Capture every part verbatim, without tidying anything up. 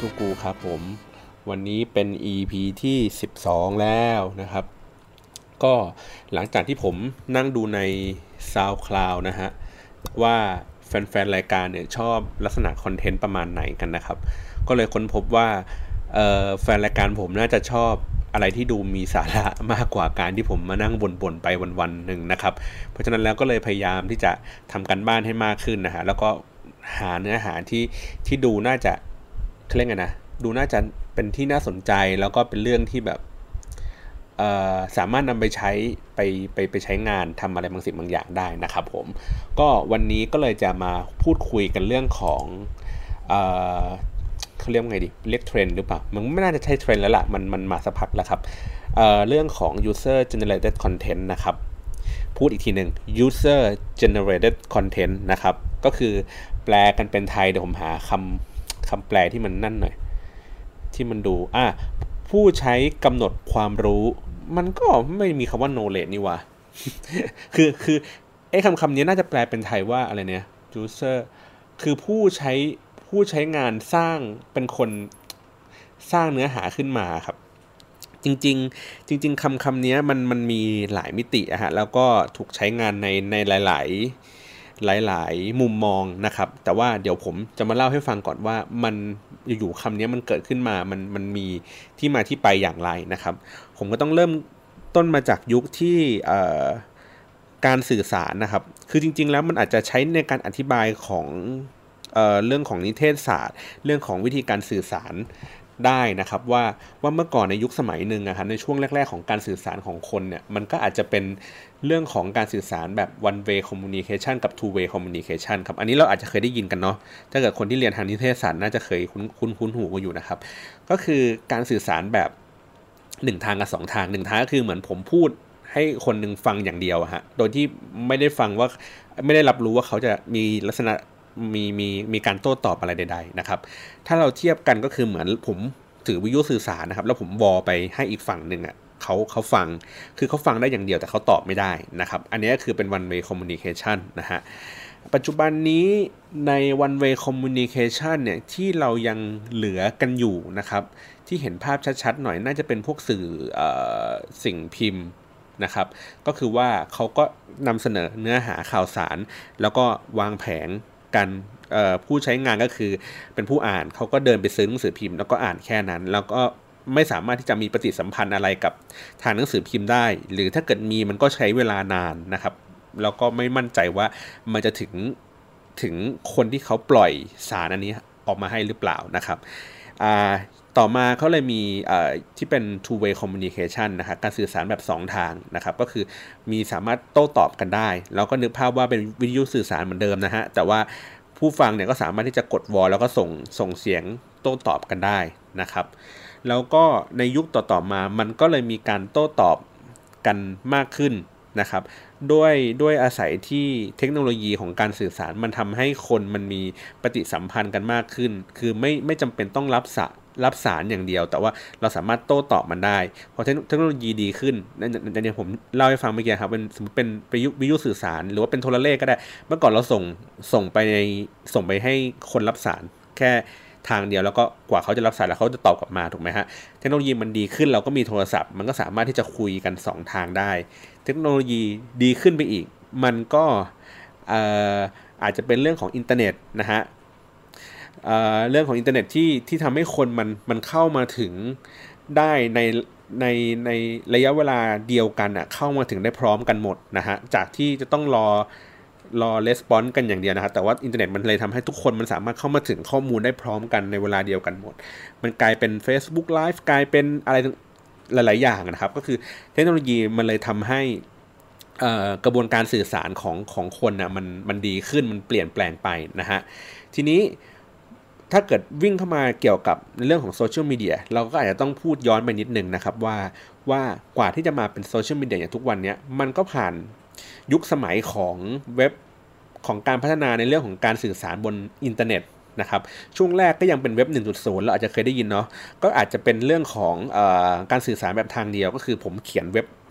ทูกูครับผมวันนี้เป็น อี พี ที่สิบสองแล้วนะครับก็หลังจากที่ผมนั่งดูใน SoundCloud นะฮะว่าแฟนๆรายการเนี่ยชอบลักษณะคอนเทนต์ประมาณไหนกันนะครับก็เลยค้นพบว่าแฟนรายการผมน่าจะชอบอะไรที่ดูมีสาระมากกว่าการที่ผมมานั่งบ่นๆไปวันๆหนึ่งนะครับเพราะฉะนั้นแล้วก็เลยพยายามที่จะทำการบ้านให้มากขึ้นนะฮะแล้วก็หาเนื้อหาที่ที่ดูน่าจะเขาเรียกไงนะดูน่าจะเป็นที่น่าสนใจแล้วก็เป็นเรื่องที่แบบสามารถนำไปใช้ไปไปไปใช้งานทำอะไรบางสิ่งบางอย่างได้นะครับผมก็วันนี้ก็เลยจะมาพูดคุยกันเรื่องของเอ่อเขาเรียกไงดีเรียกเทรนด์หรือเปล่ามันไม่น่าจะใช่เทรนด์แล้วล่ะมันมันมาสักพักแล้วครับ เอ่อเรื่องของ user generated content นะครับพูดอีกทีหนึ่ง user generated content นะครับก็คือแปลกันเป็นไทยเดี๋ยวผมหาคำคำแปลที่มันนั่นหน่อยที่มันดูอ่ะผู้ใช้กำหนดความรู้มันก็ไม่มีคำว่า knowledge นี่วะ คือคือไอ้คำคำนี้น่าจะแปลเป็นไทยว่าอะไรเนี่ย user คือผู้ใช้ผู้ใช้งานสร้างเป็นคนสร้างเนื้อหาขึ้นมาครับจริงๆจริงๆคำคำนี้มันมันมีหลายมิติอะฮะแล้วก็ถูกใช้งานในในหลายๆหลายๆมุมมองนะครับแต่ว่าเดี๋ยวผมจะมาเล่าให้ฟังก่อนว่ามันอยู่ๆคำนี้มันเกิดขึ้นมามันมันมีที่มาที่ไปอย่างไรนะครับผมก็ต้องเริ่มต้นมาจากยุคที่การสื่อสารนะครับคือจริงๆแล้วมันอาจจะใช้ในการอธิบายของเอ่อเรื่องของนิเทศศาสตร์เรื่องของวิธีการสื่อสารได้นะครับว่าว่าเมื่อก่อนในยุคสมัยหนึ่งนะครับในช่วงแรกๆของการสื่อสารของคนเนี่ยมันก็อาจจะเป็นเรื่องของการสื่อสารแบบ one way communication กับ two way communication ครับอันนี้เราอาจจะเคยได้ยินกันเนาะถ้าเกิดคนที่เรียนทางนิเทศศาสตร์น่าจะเคยคุ้นคุ้นคุ้นหูกันอยู่นะครับก็คือการสื่อสารแบบหนึ่งทางกับสองทางหนึ่งทางก็คือเหมือนผมพูดให้คนหนึ่งฟังอย่างเดียวฮะโดยที่ไม่ได้ฟังว่าไม่ได้รับรู้ว่าเขาจะมีลักษณะมีมีมีการโต้ตอบอะไรใดๆนะครับถ้าเราเทียบกันก็คือเหมือนผมถือวิทยุสื่อสารนะครับแล้วผมวอลไปให้อีกฝั่งหนึ่งอ่ะเขาเขาฟังคือเขาฟังได้อย่างเดียวแต่เขาตอบไม่ได้นะครับอันนี้ก็คือเป็น one way communication นะฮะปัจจุบันนี้ใน one way communication เนี่ยที่เรายังเหลือกันอยู่นะครับที่เห็นภาพชัดๆหน่อยน่าจะเป็นพวกสื่อเอ่อสิ่งพิมพ์นะครับก็คือว่าเขาก็นำเสนอเนื้อหาข่าวสารแล้วก็วางแผงกันผู้ใช้งานก็คือเป็นผู้อ่านเขาก็เดินไปซื้อหนังสือพิมพ์แล้วก็อ่านแค่นั้นแล้วก็ไม่สามารถที่จะมีปฏิสัมพันธ์อะไรกับทางหนังสือพิมพ์ได้หรือถ้าเกิดมีมันก็ใช้เวลานานนะครับแล้วก็ไม่มั่นใจว่ามันจะถึงถึงคนที่เขาปล่อยสารอันนี้ออกมาให้หรือเปล่านะครับต่อมาเขาเลยมีที่เป็น two way communication นะครับการสื่อสารแบบสองทางนะครับก็คือมีสามารถโต้ตอบกันได้แล้วก็นึกภาพว่าเป็นวิทยุสื่อสารเหมือนเดิมนะฮะแต่ว่าผู้ฟังเนี่ยก็สามารถที่จะกดวอลแล้วก็ส่งส่งเสียงโต้ตอบกันได้นะครับแล้วก็ในยุคต่อๆมามันก็เลยมีการโต้ตอบกันมากขึ้นนะครับด้วยด้วยอาศัยที่เทคโนโลยีของการสื่อสารมันทำให้คนมันมีปฏิสัมพันธ์กันมากขึ้นคือไม่ไม่จำเป็นต้องรับสารรับสารอย่างเดียวแต่ว่าเราสามารถโต้ตอบมันได้พอเทคโนโลยีดีขึ้นในนี้ผมเล่าให้ฟังเมื่อกี้ครับเป็นสมมติเป็นวิทยุสื่อสารหรือว่าเป็นโทรเลขก็ได้เมื่อก่อนเราส่งส่งไปในส่งไปให้คนรับสารแค่ทางเดียวแล้วก็กว่าเขาจะรับสารแล้วเขาจะตอบกลับมาถูกไหมฮะเทคโนโลยีมันดีขึ้นเราก็มีโทรศัพท์มันก็สามารถที่จะคุยกันสองทางได้เทคโนโลยีดีขึ้นไปอีกมันก็อาจจะเป็นเรื่องของอินเทอร์เน็ตนะฮะเอ่อเรื่องของอินเทอร์เน็ตที่ที่ทำให้คนมันมันเข้ามาถึงได้ในในในระยะเวลาเดียวกันอ่ะเข้ามาถึงได้พร้อมกันหมดนะฮะจากที่จะต้องรอรอレスปอนส์กันอย่างเดียวนะครับแต่ว่าอินเทอร์เน็ตมันเลยทำให้ทุกคนมันสามารถเข้ามาถึงข้อมูลได้พร้อมกันในเวลาเดียวกันหมดมันกลายเป็น Facebook Live กลายเป็นอะไรหลายๆอย่างนะครับก็คือเทคโนโลยีมันเลยทำให้กระบวนการสื่อสารของของคนนะมันมันดีขึ้นมันเปลี่ยนแปลงไปนะฮะทีนี้ถ้าเกิดวิ่งเข้ามาเกี่ยวกับในเรื่องของโซเชียลมีเดียเราก็อาจจะต้องพูดย้อนไปนิดนึงนะครับว่าว่ากว่าที่จะมาเป็นโซเชียลมีเดียอย่างทุกวันนี้มันก็ผ่านยุคสมัยของเว็บของการพัฒนาในเรื่องของการสื่อสารบนอินเทอร์เน็ตนะครับช่วงแรกก็ยังเป็นเว็บ หนึ่งจุดศูนย์ เราอาจจะเคยได้ยินเนาะก็อาจจะเป็นเรื่องของเอ่อการสื่อสารแบบทางเดียวก็คือผมเขียนเว็บ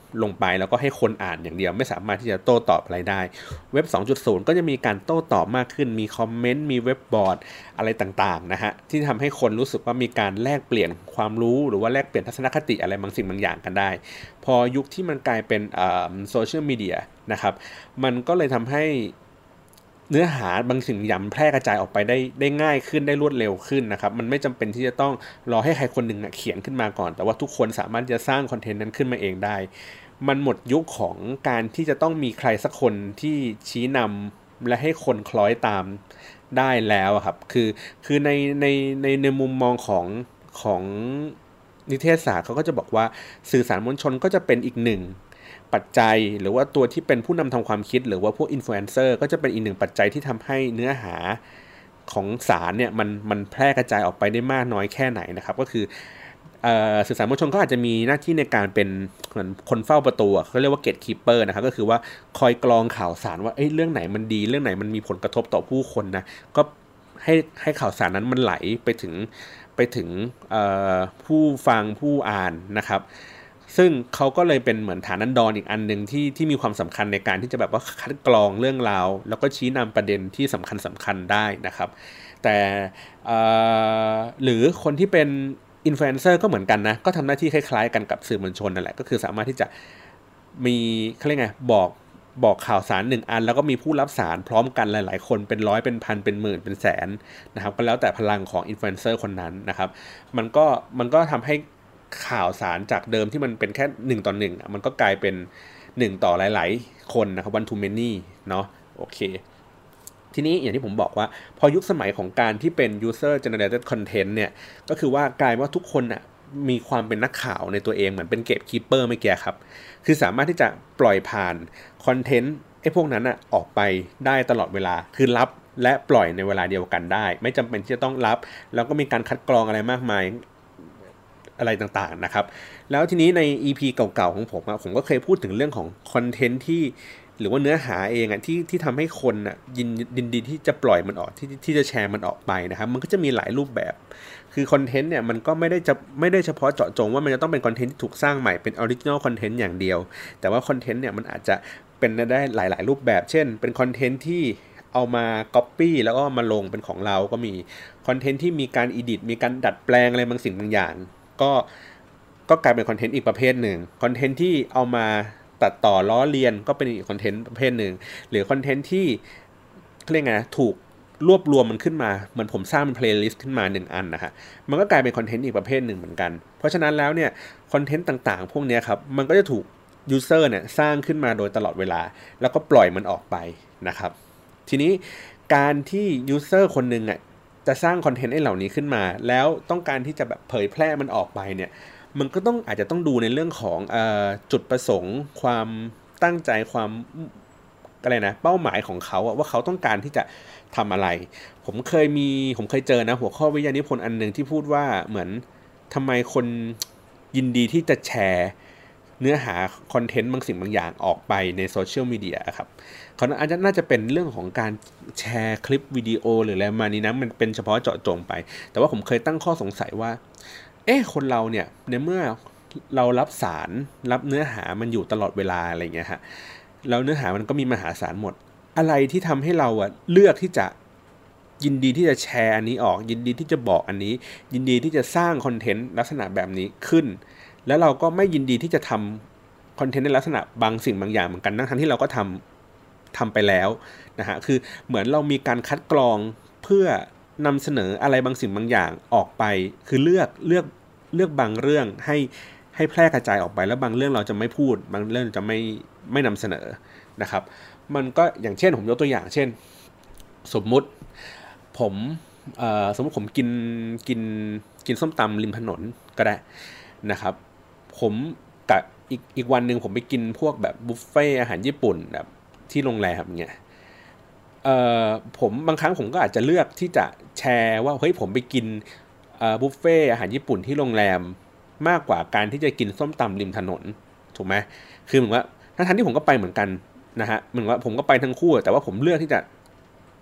ลงไปแล้วก็ให้คนอ่านอย่างเดียวไม่สามารถที่จะโต้ตอบอะไรได้เว็บ สองจุดศูนย์ ก็จะมีการโต้ตอบมากขึ้นมีคอมเมนต์มีเว็บบอร์ดอะไรต่างๆนะฮะที่ทำให้คนรู้สึกว่ามีการแลกเปลี่ยนความรู้หรือว่าแลกเปลี่ยนทัศนคติอะไรบางสิ่งบางอย่างกันได้พอยุคที่มันกลายเป็นโซเชียลมีเดียนะครับมันก็เลยทำให้เนื้อหาบางสิ่งอย่างแพร่กระจายออกไปได้ได้ง่ายขึ้นได้รวดเร็วขึ้นนะครับมันไม่จำเป็นที่จะต้องรอให้ใครคนหนึ่งเขียนขึ้นมาก่อนแต่ว่าทุกคนสามารถจะสร้างคอนเทนต์นั้นขึ้นมาเองได้มันหมดยุคของการที่จะต้องมีใครสักคนที่ชี้นำและให้คนคล้อยตามได้แล้วครับคือคือในในในในมุมมองของของนิเทศศาสตร์เขาก็จะบอกว่าสื่อสารมวลชนก็จะเป็นอีกหนึ่งปัจจัยหรือว่าตัวที่เป็นผู้นำทำความคิดหรือว่าพวกอินฟลูเอนเซอร์ก็จะเป็นอีกหนึ่งปัจจัยที่ทำให้เนื้อหาของสารเนี่ยมันมันแพร่กระจายออกไปได้มากน้อยแค่ไหนนะครับก็คือสื่อสารมวลชนก็อาจจะมีหน้าที่ในการเป็นเหมือนคนเฝ้าประตูเขาเรียกว่าเกตคีปเปอร์นะครับก็คือว่าคอยกรองข่าวสารว่าเอ้ยเรื่องไหนมันดีเรื่องไหนมันมีผลกระทบต่อผู้คนนะก็ให้ให้ข่าวสารนั้นมันไหลไปถึงไปถึงผู้ฟังผู้อ่านนะครับซึ่งเขาก็เลยเป็นเหมือนฐานันดรอีกอันหนึ่งที่ที่มีความสำคัญในการที่จะแบบว่าคัดกรองเรื่องราวแล้วก็ชี้นำประเด็นที่สำคัญสำคัญได้นะครับแต่หรือคนที่เป็นอินฟลูเอนเซอร์ก็เหมือนกันนะก็ทำหน้าที่คล้ายๆกันกับสื่อมวลชนนั่นแหละก็คือสามารถที่จะมีเขาเรียกไงบอกบอกข่าวสารหนึ่งอันแล้วก็มีผู้รับสารพร้อมกันหลายๆคนเป็นร้อยเป็นพันเป็นหมื่นเป็นแสนนะครับก็แล้วแต่พลังของอินฟลูเอนเซอร์คนนั้นนะครับมันก็มันก็ทำให้ข่าวสารจากเดิมที่มันเป็นแค่หนึ่งต่อหนึ่งมันก็กลายเป็นหนึ่งต่อหลายๆคนนะครับ one to many เนาะโอเคทีนี้อย่างที่ผมบอกว่าพอยุคสมัยของการที่เป็น user generated content เนี่ยก็คือว่ากลายว่าทุกคนน่ะมีความเป็นนักข่าวในตัวเองเหมือนเป็นเกตคีปเปอร์เมื่อกี้ครับคือสามารถที่จะปล่อยผ่านคอนเทนต์ไอ้พวกนั้นน่ะออกไปได้ตลอดเวลาคือรับและปล่อยในเวลาเดียวกันได้ไม่จำเป็นที่จะต้องรับแล้วก็มีการคัดกรองอะไรมากมายอะไรต่างๆนะครับแล้วทีนี้ใน อี พี เก่าๆของผมอะผมก็เคยพูดถึงเรื่องของคอนเทนต์ที่หรือว่าเนื้อหาเองอ่ะที่ที่ทำให้คนอ่ะยินยินดีที่จะปล่อยมันออกที่ที่จะแชร์มันออกไปนะครับมันก็จะมีหลายรูปแบบคือคอนเทนต์เนี่ยมันก็ไม่ได้จะไม่ได้เฉพาะเจาะจงว่ามันจะต้องเป็นคอนเทนต์ที่ถูกสร้างใหม่เป็นออริจินอลคอนเทนต์อย่างเดียวแต่ว่าคอนเทนต์เนี่ยมันอาจจะเป็นได้หลายๆรูปแบบเช่นเป็นคอนเทนต์ที่เอามา copy แล้วก็มาลงเป็นของเราก็มีคอนเทนต์ที่มีการ edit มีการดัดแปลงอะไรบางสิ่งบางอย่างก็ก็กลายเป็นคอนเทนต์อีกประเภทหนึ่งคอนเทนต์ที่เอามาตัดต่อล้อเลียนก็เป็นอีกคอนเทนต์ประเภทหนึ่งหรือคอนเทนต์ที่เรียกไงถูกรวบรวมมันขึ้นมาเหมือนผมสร้างเป็นเพลย์ลิสต์ขึ้นมาหนึ่งอันนะฮะมันก็กลายเป็นคอนเทนต์อีกประเภทหนึ่งเหมือนกันเพราะฉะนั้นแล้วเนี่ยคอนเทนต์ต่างๆพวกนี้ครับมันก็จะถูกยูเซอร์เนี่ยสร้างขึ้นมาโดยตลอดเวลาแล้วก็ปล่อยมันออกไปนะครับทีนี้การที่ยูเซอร์คนหนึ่งอ่ะจะสร้างคอนเทนต์ไอ้เหล่านี้ขึ้นมาแล้วต้องการที่จะแบบเผยแพร่มันออกไปเนี่ยมันก็ต้องอาจจะต้องดูในเรื่องของเอ่อจุดประสงค์ความตั้งใจความอะไรนะเป้าหมายของเขาอะว่าเขาต้องการที่จะทำอะไรผมเคยมีผมเคยเจอนะหัวข้อวิทยานิพนธ์อันนึงที่พูดว่าเหมือนทำไมคนยินดีที่จะแชร์เนื้อหาคอนเทนต์บางสิ่งบางอย่างออกไปในโซเชียลมีเดียครับเขาอาจจะน่าจะเป็นเรื่องของการแชร์คลิปวิดีโอหรืออะไรมานี้นะมันเป็นเฉพาะเจาะจงไปแต่ว่าผมเคยตั้งข้อสงสัยว่าเอ๊ะคนเราเนี่ยในเมื่อเรารับสารรับเนื้อหามันอยู่ตลอดเวลาอะไรเงี้ยฮะแล้วเนื้อหามันก็มีมหาศาลหมดอะไรที่ทำให้เราอะเลือกที่จะยินดีที่จะแชร์อันนี้ออกยินดีที่จะบอกอันนี้ยินดีที่จะสร้างคอนเทนต์ลักษณะแบบนี้ขึ้นแล้วเราก็ไม่ยินดีที่จะทำคอนเทนต์ในลักษณะบางสิ่งบางอย่างเหมือนกันทั้งที่เราก็ทำทำไปแล้วนะฮะคือเหมือนเรามีการคัดกรองเพื่อนำเสนออะไรบางสิ่งบางอย่างออกไปคือเลือกเลือกเลือกบางเรื่องให้ให้แพร่กระจายออกไปแล้วบางเรื่องเราจะไม่พูดบางเรื่องจะไม่ไม่นำเสนอนะครับมันก็อย่างเช่นผมยกตัวอย่างเช่นสมมุติผมเอ่อสมมุติผมกินกินกินส้มตำริมถนนก็ได้นะครับผมกับอีกอีกวันหนึ่งผมไปกินพวกแบบบุฟเฟ่อาหารญี่ปุ่นแบบที่โรงแรมอย่างเงี้ยเอ่อผมบางครั้งผมก็อาจจะเลือกที่จะแชร์ว่าเฮ้ยผมไปกินเอ่อบุฟเฟ่อาหารญี่ปุ่นที่โรงแรมมากกว่าการที่จะกินส้มตำริมถนนถูกไหมคือเหมือนว่าทั้งๆที่ผมก็ไปเหมือนกันนะฮะเหมือนว่าผมก็ไปทั้งคู่แต่ว่าผมเลือกที่จะ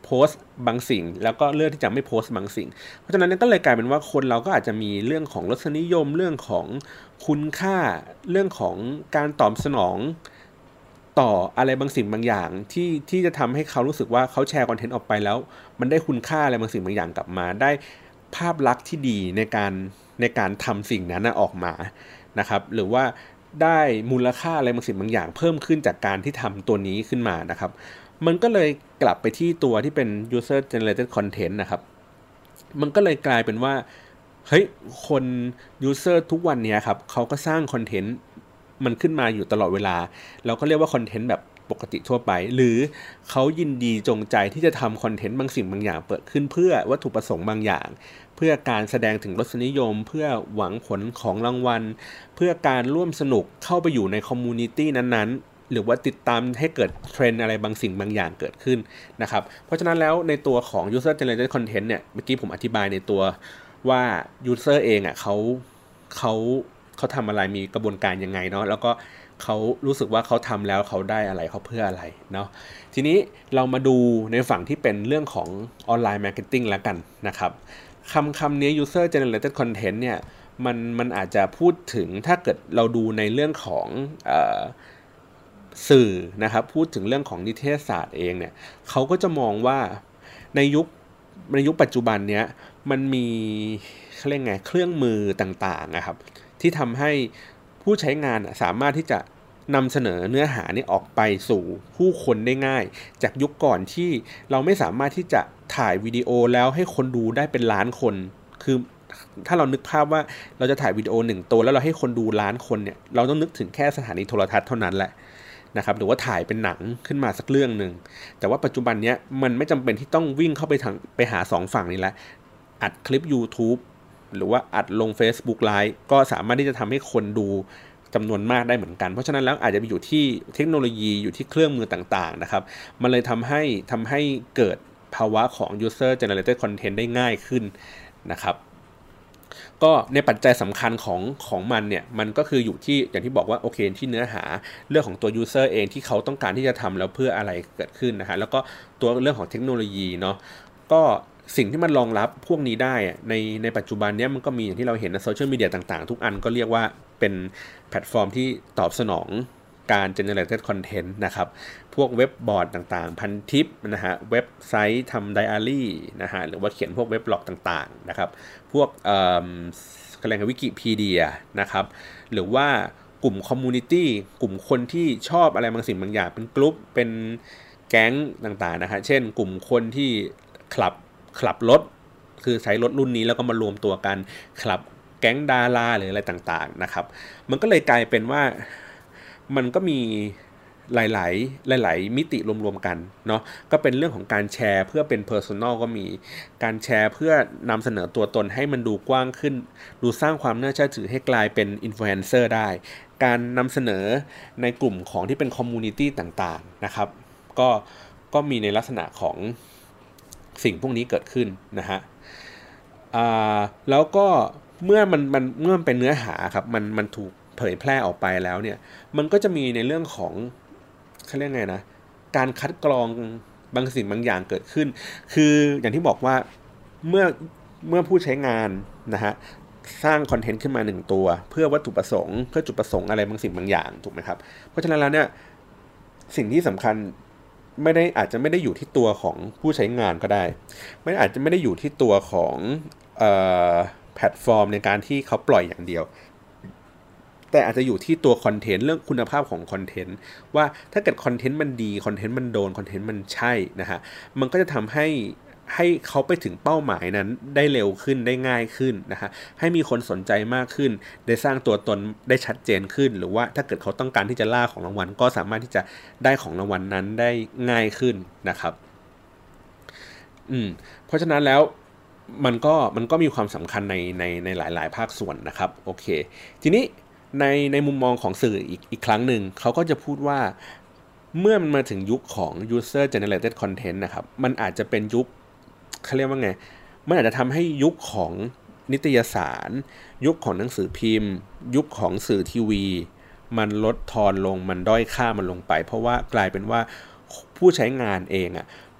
โพสต์บางสิ่งแล้วก็เลือกที่จะไม่โพสต์บางสิ่งเพราะฉะนั้นก็เลยกลายเป็นว่าคนเราก็อาจจะมีเรื่องของรสนิยมเรื่องของคุณค่าเรื่องของการตอบสนองต่ออะไรบางสิ่งบางอย่างที่ที่จะทำให้เขารู้สึกว่าเขาแชร์คอนเทนต์ออกไปแล้วมันได้คุณค่าอะไรบางสิ่งบางอย่างกลับมาได้ภาพลักษณ์ที่ดีในการในการทำสิ่งนั้นออกมานะครับหรือว่าได้มูลค่าอะไรบางสิ่งบางอย่างเพิ่มขึ้นจากการที่ทำตัวนี้ขึ้นมานะครับมันก็เลยกลับไปที่ตัวที่เป็น user generated content นะครับมันก็เลยกลายเป็นว่าเฮ้ยคน user ทุกวันนี้ครับเขาก็สร้างคอนเทนต์มันขึ้นมาอยู่ตลอดเวลาเราก็เรียกว่าคอนเทนต์แบบปกติทั่วไปหรือเขายินดีจงใจที่จะทำคอนเทนต์บางสิ่งบางอย่างเปิดขึ้นเพื่อวัตถุประสงค์บางอย่างเพื่อการแสดงถึงรสนิยมเพื่อหวังผลของรางวัลเพื่อการร่วมสนุกเข้าไปอยู่ในคอมมูนิตี้นั้นๆหรือว่าติดตามให้เกิดเทรนด์อะไรบางสิ่งบางอย่างเกิดขึ้นนะครับเพราะฉะนั้นแล้วในตัวของ user generated content เนี่ยเมื่อกี้ผมอธิบายในตัวว่า user เองอ่ะเขาเขาเขาทำอะไรมีกระบวนการยังไงเนาะแล้วก็เขารู้สึกว่าเขาทำแล้วเขาได้อะไรเขาเพื่ออะไรเนาะทีนี้เรามาดูในฝั่งที่เป็นเรื่องของออนไลน์มาร์เก็ตติ้งแล้วกันนะครับคำคำนี้ user generated content เนี่ยมันมันอาจจะพูดถึงถ้าเกิดเราดูในเรื่องของเอ่อสื่อนะครับพูดถึงเรื่องของนิเทศศาสตร์เองเนี่ยเขาก็จะมองว่าในยุคในยุคปัจจุบันเนี้ยมันมีเขาเรียกไงเครื่องมือต่างๆนะครับที่ทำให้ผู้ใช้งานสามารถที่จะนำเสนอเนื้อหานี้ออกไปสู่ผู้คนได้ง่ายจากยุคก่อนที่เราไม่สามารถที่จะถ่ายวิดีโอแล้วให้คนดูได้เป็นล้านคนคือถ้าเรานึกภาพว่าเราจะถ่ายวิดีโอหนึ่งตัวแล้วเราให้คนดูล้านคนเนี่ยเราต้องนึกถึงแค่สถานีโทรทัศน์เท่านั้นแหละนะครับหรือว่าถ่ายเป็นหนังขึ้นมาสักเรื่องหนึ่งแต่ว่าปัจจุบันเนี้ยมันไม่จำเป็นที่ต้องวิ่งเข้าไปทางไปหาสองฝั่งนี้แล้วอัดคลิป YouTube หรือว่าอัดลง Facebook Live ก็สามารถที่จะทำให้คนดูจำนวนมากได้เหมือนกันเพราะฉะนั้นแล้วอาจจะไปอยู่ที่เทคโนโลยีอยู่ที่เครื่องมือต่างๆนะครับมันเลยทำให้ทำให้เกิดภาวะของ user generated content ได้ง่ายขึ้นนะครับก็ในปัจจัยสำคัญของของมันเนี่ยมันก็คืออยู่ที่อย่างที่บอกว่าโอเคที่เนื้อหาเรื่องของตัว user เองที่เขาต้องการที่จะทำแล้วเพื่ออะไรเกิดขึ้นนะฮะแล้วก็ตัวเรื่องของเทคโนโลยีเนาะก็สิ่งที่มันรองรับพวกนี้ได้ในในปัจจุบันเนี้ยมันก็มีอย่างที่เราเห็นในโซเชียลมีเดียต่างๆทุกอันก็เรียกว่าเป็นแพลตฟอร์มที่ตอบสนองการ generated content นะครับพวกเว็บบอร์ดต่างๆพันทิปนะฮะเว็บไซต์ทำไดอารี่นะฮะหรือว่าเขียนพวกเว็บบล็อกต่างๆนะครับพวกเอ่ออะไรนะวิกิพีเดียนะครับหรือว่ากลุ่มคอมมูนิตี้กลุ่มคนที่ชอบอะไรบางสิ่งบางอย่างเป็นกลุ่มเป็นแก๊งต่างๆนะฮะเช่นกลุ่มคนที่คลับขับรถคือใช้รถรุ่นนี้แล้วก็มารวมตัวกันขับแก๊งดาราหรืออะไรต่างๆนะครับมันก็เลยกลายเป็นว่ามันก็มีหลายๆหลายๆมิติรวมๆกันเนาะก็เป็นเรื่องของการแชร์เพื่อเป็น Personal ก็มีการแชร์เพื่อนำเสนอตัวตนให้มันดูกว้างขึ้นดูสร้างความน่าเชื่อถือให้กลายเป็น Influencer ได้การนำเสนอในกลุ่มของที่เป็น Community ต่างๆนะครับก็ก็มีในลักษณะของสิ่งพวกนี้เกิดขึ้นนะฮะแล้วก็เมื่อมันมันเมื่อมันเป็นเนื้อหาครับมันมันถูกเผยแพร่ออกไปแล้วเนี่ยมันก็จะมีในเรื่องของเขาเรียกไงนะการคัดกรองบางสิ่งบางอย่างเกิดขึ้นคืออย่างที่บอกว่าเมื่อเมื่อผู้ใช้งานนะฮะสร้างคอนเทนต์ขึ้นมาหนึ่งตัวเพื่อวัตถุประสงค์เพื่อจุดประสงค์อะไรบางสิ่งบางอย่างถูกไหมครับเพราะฉะนั้นแล้วเนี่ยสิ่งที่สำคัญไม่ได้อาจจะไม่ได้อยู่ที่ตัวของผู้ใช้งานก็ได้ไม่อาจจะไม่ได้อยู่ที่ตัวของเอ่อแพลตฟอร์มในการที่เขาปล่อยอย่างเดียวแต่อาจจะอยู่ที่ตัวคอนเทนต์เรื่องคุณภาพของคอนเทนต์ว่าถ้าเกิดคอนเทนต์มันดีคอนเทนต์มันโดนคอนเทนต์มันใช่นะฮะมันก็จะทำให้ให้เขาไปถึงเป้าหมายนั้นได้เร็วขึ้นได้ง่ายขึ้นนะฮะให้มีคนสนใจมากขึ้นได้สร้างตัวตนได้ชัดเจนขึ้นหรือว่าถ้าเกิดเขาต้องการที่จะล่าของรางวัลก็สามารถที่จะได้ของรางวัลนั้นได้ง่ายขึ้นนะครับอืมเพราะฉะนั้นแล้วมันก็มันก็มีความสำคัญในในในหลายๆภาคส่วนนะครับโอเคทีนี้ในในมุมมองของสื่ออีกอีกครั้งหนึ่งเขาก็จะพูดว่าเมื่อมันมาถึงยุคของ user generated content นะครับมันอาจจะเป็นยุคเขาเรียกว่าไงมันอาจจะทำให้ยุคของนิตยสารยุคของหนังสือพิมพ์ยุคของสื่อทีวีมันลดทอนลงมันด้อยค่ามันลงไปเพราะว่ากลายเป็นว่าผู้ใช้งานเองอ่ะ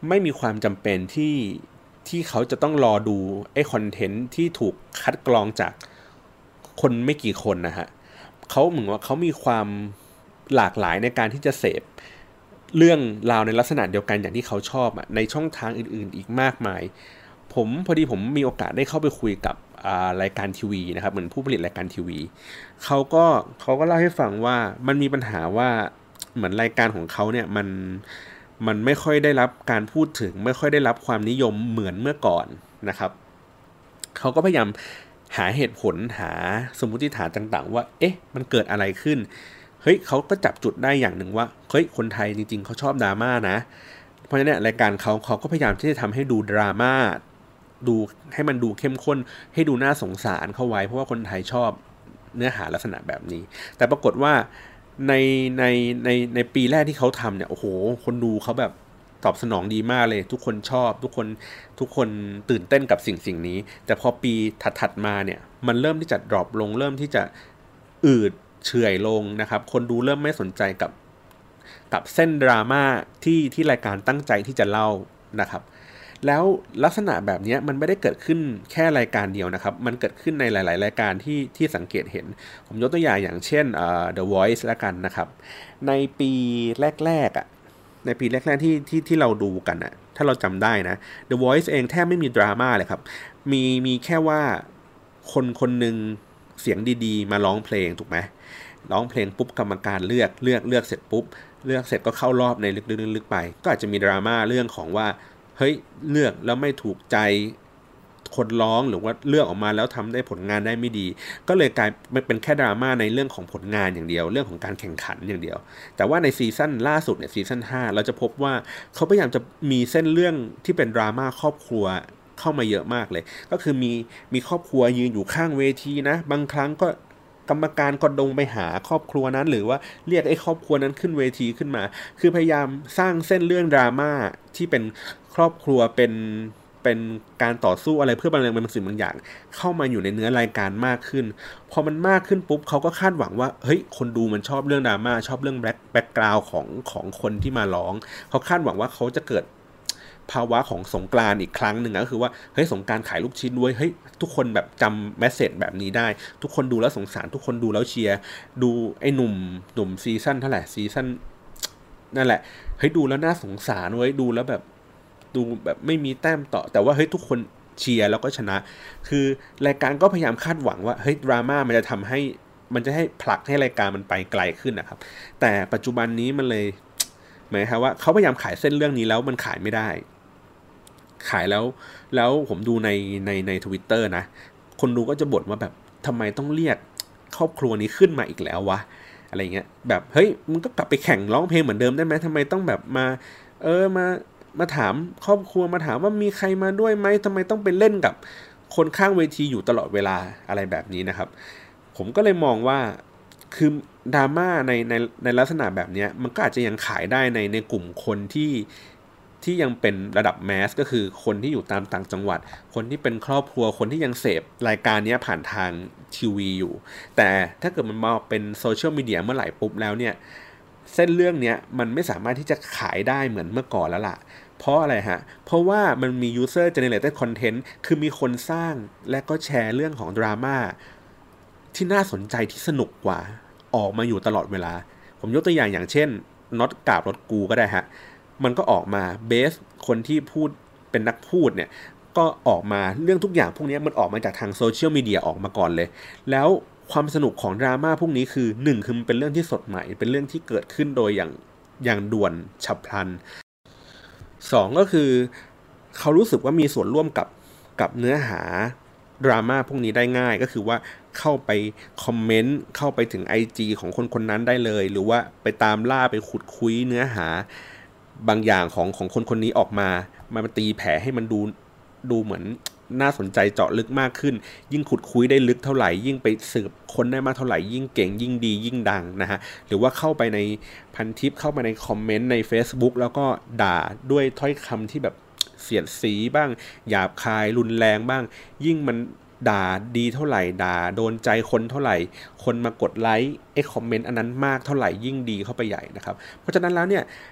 ไม่มีความจำเป็นที่ที่เขาจะต้องรอดูไอ้คอนเทนต์ที่ถูกคัดกรองจากคนไม่กี่คนนะฮะเขาเหมือนว่าเขามีความหลากหลายในการที่จะเสพเรื่องราวในลักษณะเดียวกันอย่างที่เขาชอบอะในช่องทางอื่นๆอีกมากมายผมพอดีผมมีโอกาสได้เข้าไปคุยกับรายการทีวีนะครับเหมือนผู้ผลิตรายการทีวีเขาก็เขาก็เล่าให้ฟังว่ามันมีปัญหาว่าเหมือนรายการของเขาเนี่ยมันมันไม่ค่อยได้รับการพูดถึงไม่ค่อยได้รับความนิยมเหมือนเมื่อก่อนนะครับเขาก็พยายามหาเหตุผลหาสมมุติฐานต่างๆว่าเอ๊ะมันเกิดอะไรขึ้นเฮ้ยเขาก็จับจุดได้อย่างหนึ่งว่าเฮ้ยคนไทยจริงๆเขาชอบดราม่านะเพราะฉะนั้นรายการเขาเขาก็พยายามที่จะทำให้ดูดราม่าดูให้มันดูเข้มข้นให้ดูน่าสงสารเข้าไว้เพราะว่าคนไทยชอบเนื้อหาลักษณะแบบนี้แต่ปรากฏว่าในในในในปีแรกที่เขาทำเนี่ยโอ้โหคนดูเขาแบบตอบสนองดีมากเลยทุกคนชอบทุกคนทุกคนตื่นเต้นกับสิ่งสิ่งนี้แต่พอปีถัดๆมาเนี่ยมันเริ่มที่จะดรอปลงเริ่มที่จะอืดเฉื่อยลงนะครับคนดูเริ่มไม่สนใจกับกับเส้นดราม่าที่ที่รายการตั้งใจที่จะเล่านะครับแล้วลักษณะแบบนี้มันไม่ได้เกิดขึ้นแค่รายการเดียวนะครับมันเกิดขึ้นในหลายๆรายการที่ที่สังเกตเห็นผมยกตัวอย่างอย่างเช่น uh, The Voice ละกันนะครับในปีแรกๆอ่ะในปีแรกๆที่ที่ที่เราดูกันอ่ะถ้าเราจำได้นะ The Voice เองแทบไม่มีดราม่าเลยครับมีมีแค่ว่าคนคนหนึ่งเสียงดีๆมาร้องเพลงถูกไหมร้องเพลงปุ๊บกรรมการเลือกเลือกเลือกเสร็จปุ๊บเลือกเสร็จก็เข้ารอบในลึกๆๆไปก็อาจจะมีดราม่าเรื่องของว่าเฮ้ยเลือกแล้วไม่ถูกใจคนร้องหรือว่าเลือกออกมาแล้วทำได้ผลงานได้ไม่ดีก็เลยกลายเป็นแค่ดราม่าในเรื่องของผลงานอย่างเดียวเรื่องของการแข่งขันอย่างเดียวแต่ว่าในซีซั่นล่าสุดเนี่ยซีซั่นห้าเราจะพบว่าเขาพยายามจะมีเส้นเรื่องที่เป็นดราม่าครอบครัวเข้ามาเยอะมากเลยก็คือมีมีครอบครัวยืนอยู่ข้างเวทีนะบางครั้งก็กรรมการก็ดงไปหาครอบครัวนั้นหรือว่าเรียกไอ้ครอบครัวนั้นขึ้นเวทีขึ้นมาคือพยายามสร้างเส้นเรื่องดราม่าที่เป็นครอบครัวเป็นเป็นการต่อสู้อะไรเพื่อบางเรื่องบางสิ่งบางอย่างเข้ามาอยู่ในเนื้อรายการมากขึ้นพอมันมากขึ้นปุ๊บเขาก็คาดหวังว่าเฮ้ยคนดูมันชอบเรื่องดราม่าชอบเรื่องแบ็คแบ็คกราวด์ของของคนที่มาร้องเขาคาดหวังว่าเขาจะเกิดภาวะของสงกรานต์อีกครั้งหนึ่งก็คือว่าเฮ้ยสงกรานต์ขายลูกชิ้นด้วยเฮ้ยทุกคนแบบจำเมสเสจแบบนี้ได้ทุกคนดูแล้วสงสารทุกคนดูแล้วเชียร์ดูไอ้หนุ่มหนุ่มซีซั่นเท่าไหร่ซีซั่นนั่นแหละเฮ้ยดูแล้วน่าสงสารเว้ยดูแล้วแบบดูแบบไม่มีแต้มต่อแต่ว่าเฮ้ยทุกคนเชียร์แล้วก็ชนะคือรายการก็พยายามคาดหวังว่าเฮ้ยดราม่ามันจะทำให้มันจะให้ผลักให้รายการมันไปไกลขึ้นนะครับแต่ปัจจุบันนี้มันเลยหมายความว่าเขาพยายามขายเส้นเรื่องนี้แล้วมันขายไม่ได้ขายแล้วแล้วผมดูในในใน Twitter นะคนดูก็จะบ่นว่าแบบทำไมต้องเรียกครอบครัวนี้ขึ้นมาอีกแล้ววะอะไรเงี้ยแบบเฮ้ยมึงก็กลับไปแข่งร้องเพลงเหมือนเดิมได้ไหมทำไมต้องแบบมาเออมามาถามครอบครัวมาถามว่ามีใครมาด้วยไหมทำไมต้องไปเล่นกับคนข้างเวทีอยู่ตลอดเวลาอะไรแบบนี้นะครับผมก็เลยมองว่าคือดราม่าในในในลักษณะแบบนี้มันก็อาจจะยังขายได้ในในกลุ่มคนที่ที่ยังเป็นระดับแมสก็คือคนที่อยู่ตามต่างจังหวัดคนที่เป็นครอบครัวคนที่ยังเสพรายการนี้ผ่านทางทีวีอยู่แต่ถ้าเกิดมันมาเป็นโซเชียลมีเดียเมื่อไหร่ปุ๊บแล้วเนี่ยเส้นเรื่องนี้มันไม่สามารถที่จะขายได้เหมือนเมื่อก่อนแล้วล่ะเพราะอะไรฮะเพราะว่ามันมี user generated content คือมีคนสร้างและก็แชร์เรื่องของดราม่าที่น่าสนใจที่สนุกกว่าออกมาอยู่ตลอดเวลาผมยกตัวอย่างอย่างเช่นน็อตกาบรถกูก็ได้ฮะมันก็ออกมาเบสคนที่พูดเป็นนักพูดเนี่ยก็ออกมาเรื่องทุกอย่างพวกนี้มันออกมาจากทางโซเชียลมีเดียออกมาก่อนเลยแล้วความสนุกของดราม่าพวกนี้คือหนึ่งคือมันเป็นเรื่องที่สดใหม่เป็นเรื่องที่เกิดขึ้นโดยอย่างอย่างด่วนฉับพลันสองก็คือเขารู้สึกว่ามีส่วนร่วมกับกับเนื้อหาดราม่าพวกนี้ได้ง่ายก็คือว่าเข้าไปคอมเมนต์เข้าไปถึง ไอ จี ของคนคนนั้นได้เลยหรือว่าไปตามล่าไปขุดคุยเนื้อหาบางอย่างของของคนคนนี้ออกมามาตีแผ่ให้มันดูดูเหมือนน่าสนใจเจาะลึกมากขึ้นยิ่งขุดคุยได้ลึกเท่าไหร่ยิ่งไปสืบค้นได้มากเท่าไหร่ยิ่งเก่งยิ่งดียิ่งดังนะฮะหรือว่าเข้าไปในพันทิปเข้าไปในคอมเมนต์ใน Facebook แล้วก็ด่าด้วยถ้อยคำที่แบบเสียดสีบ้างหยาบคายรุนแรงบ้างยิ่งมันด่าดีเท่าไหร่ด่าโดนใจคนเท่าไหร่คนมากดไลค์ไอ้คอมเมนต์อันนั้นมากเท่าไหร่ยิ่งดีเข้าไปใหญ่นะครับเพราะฉะนั้นแล้วเนี่ย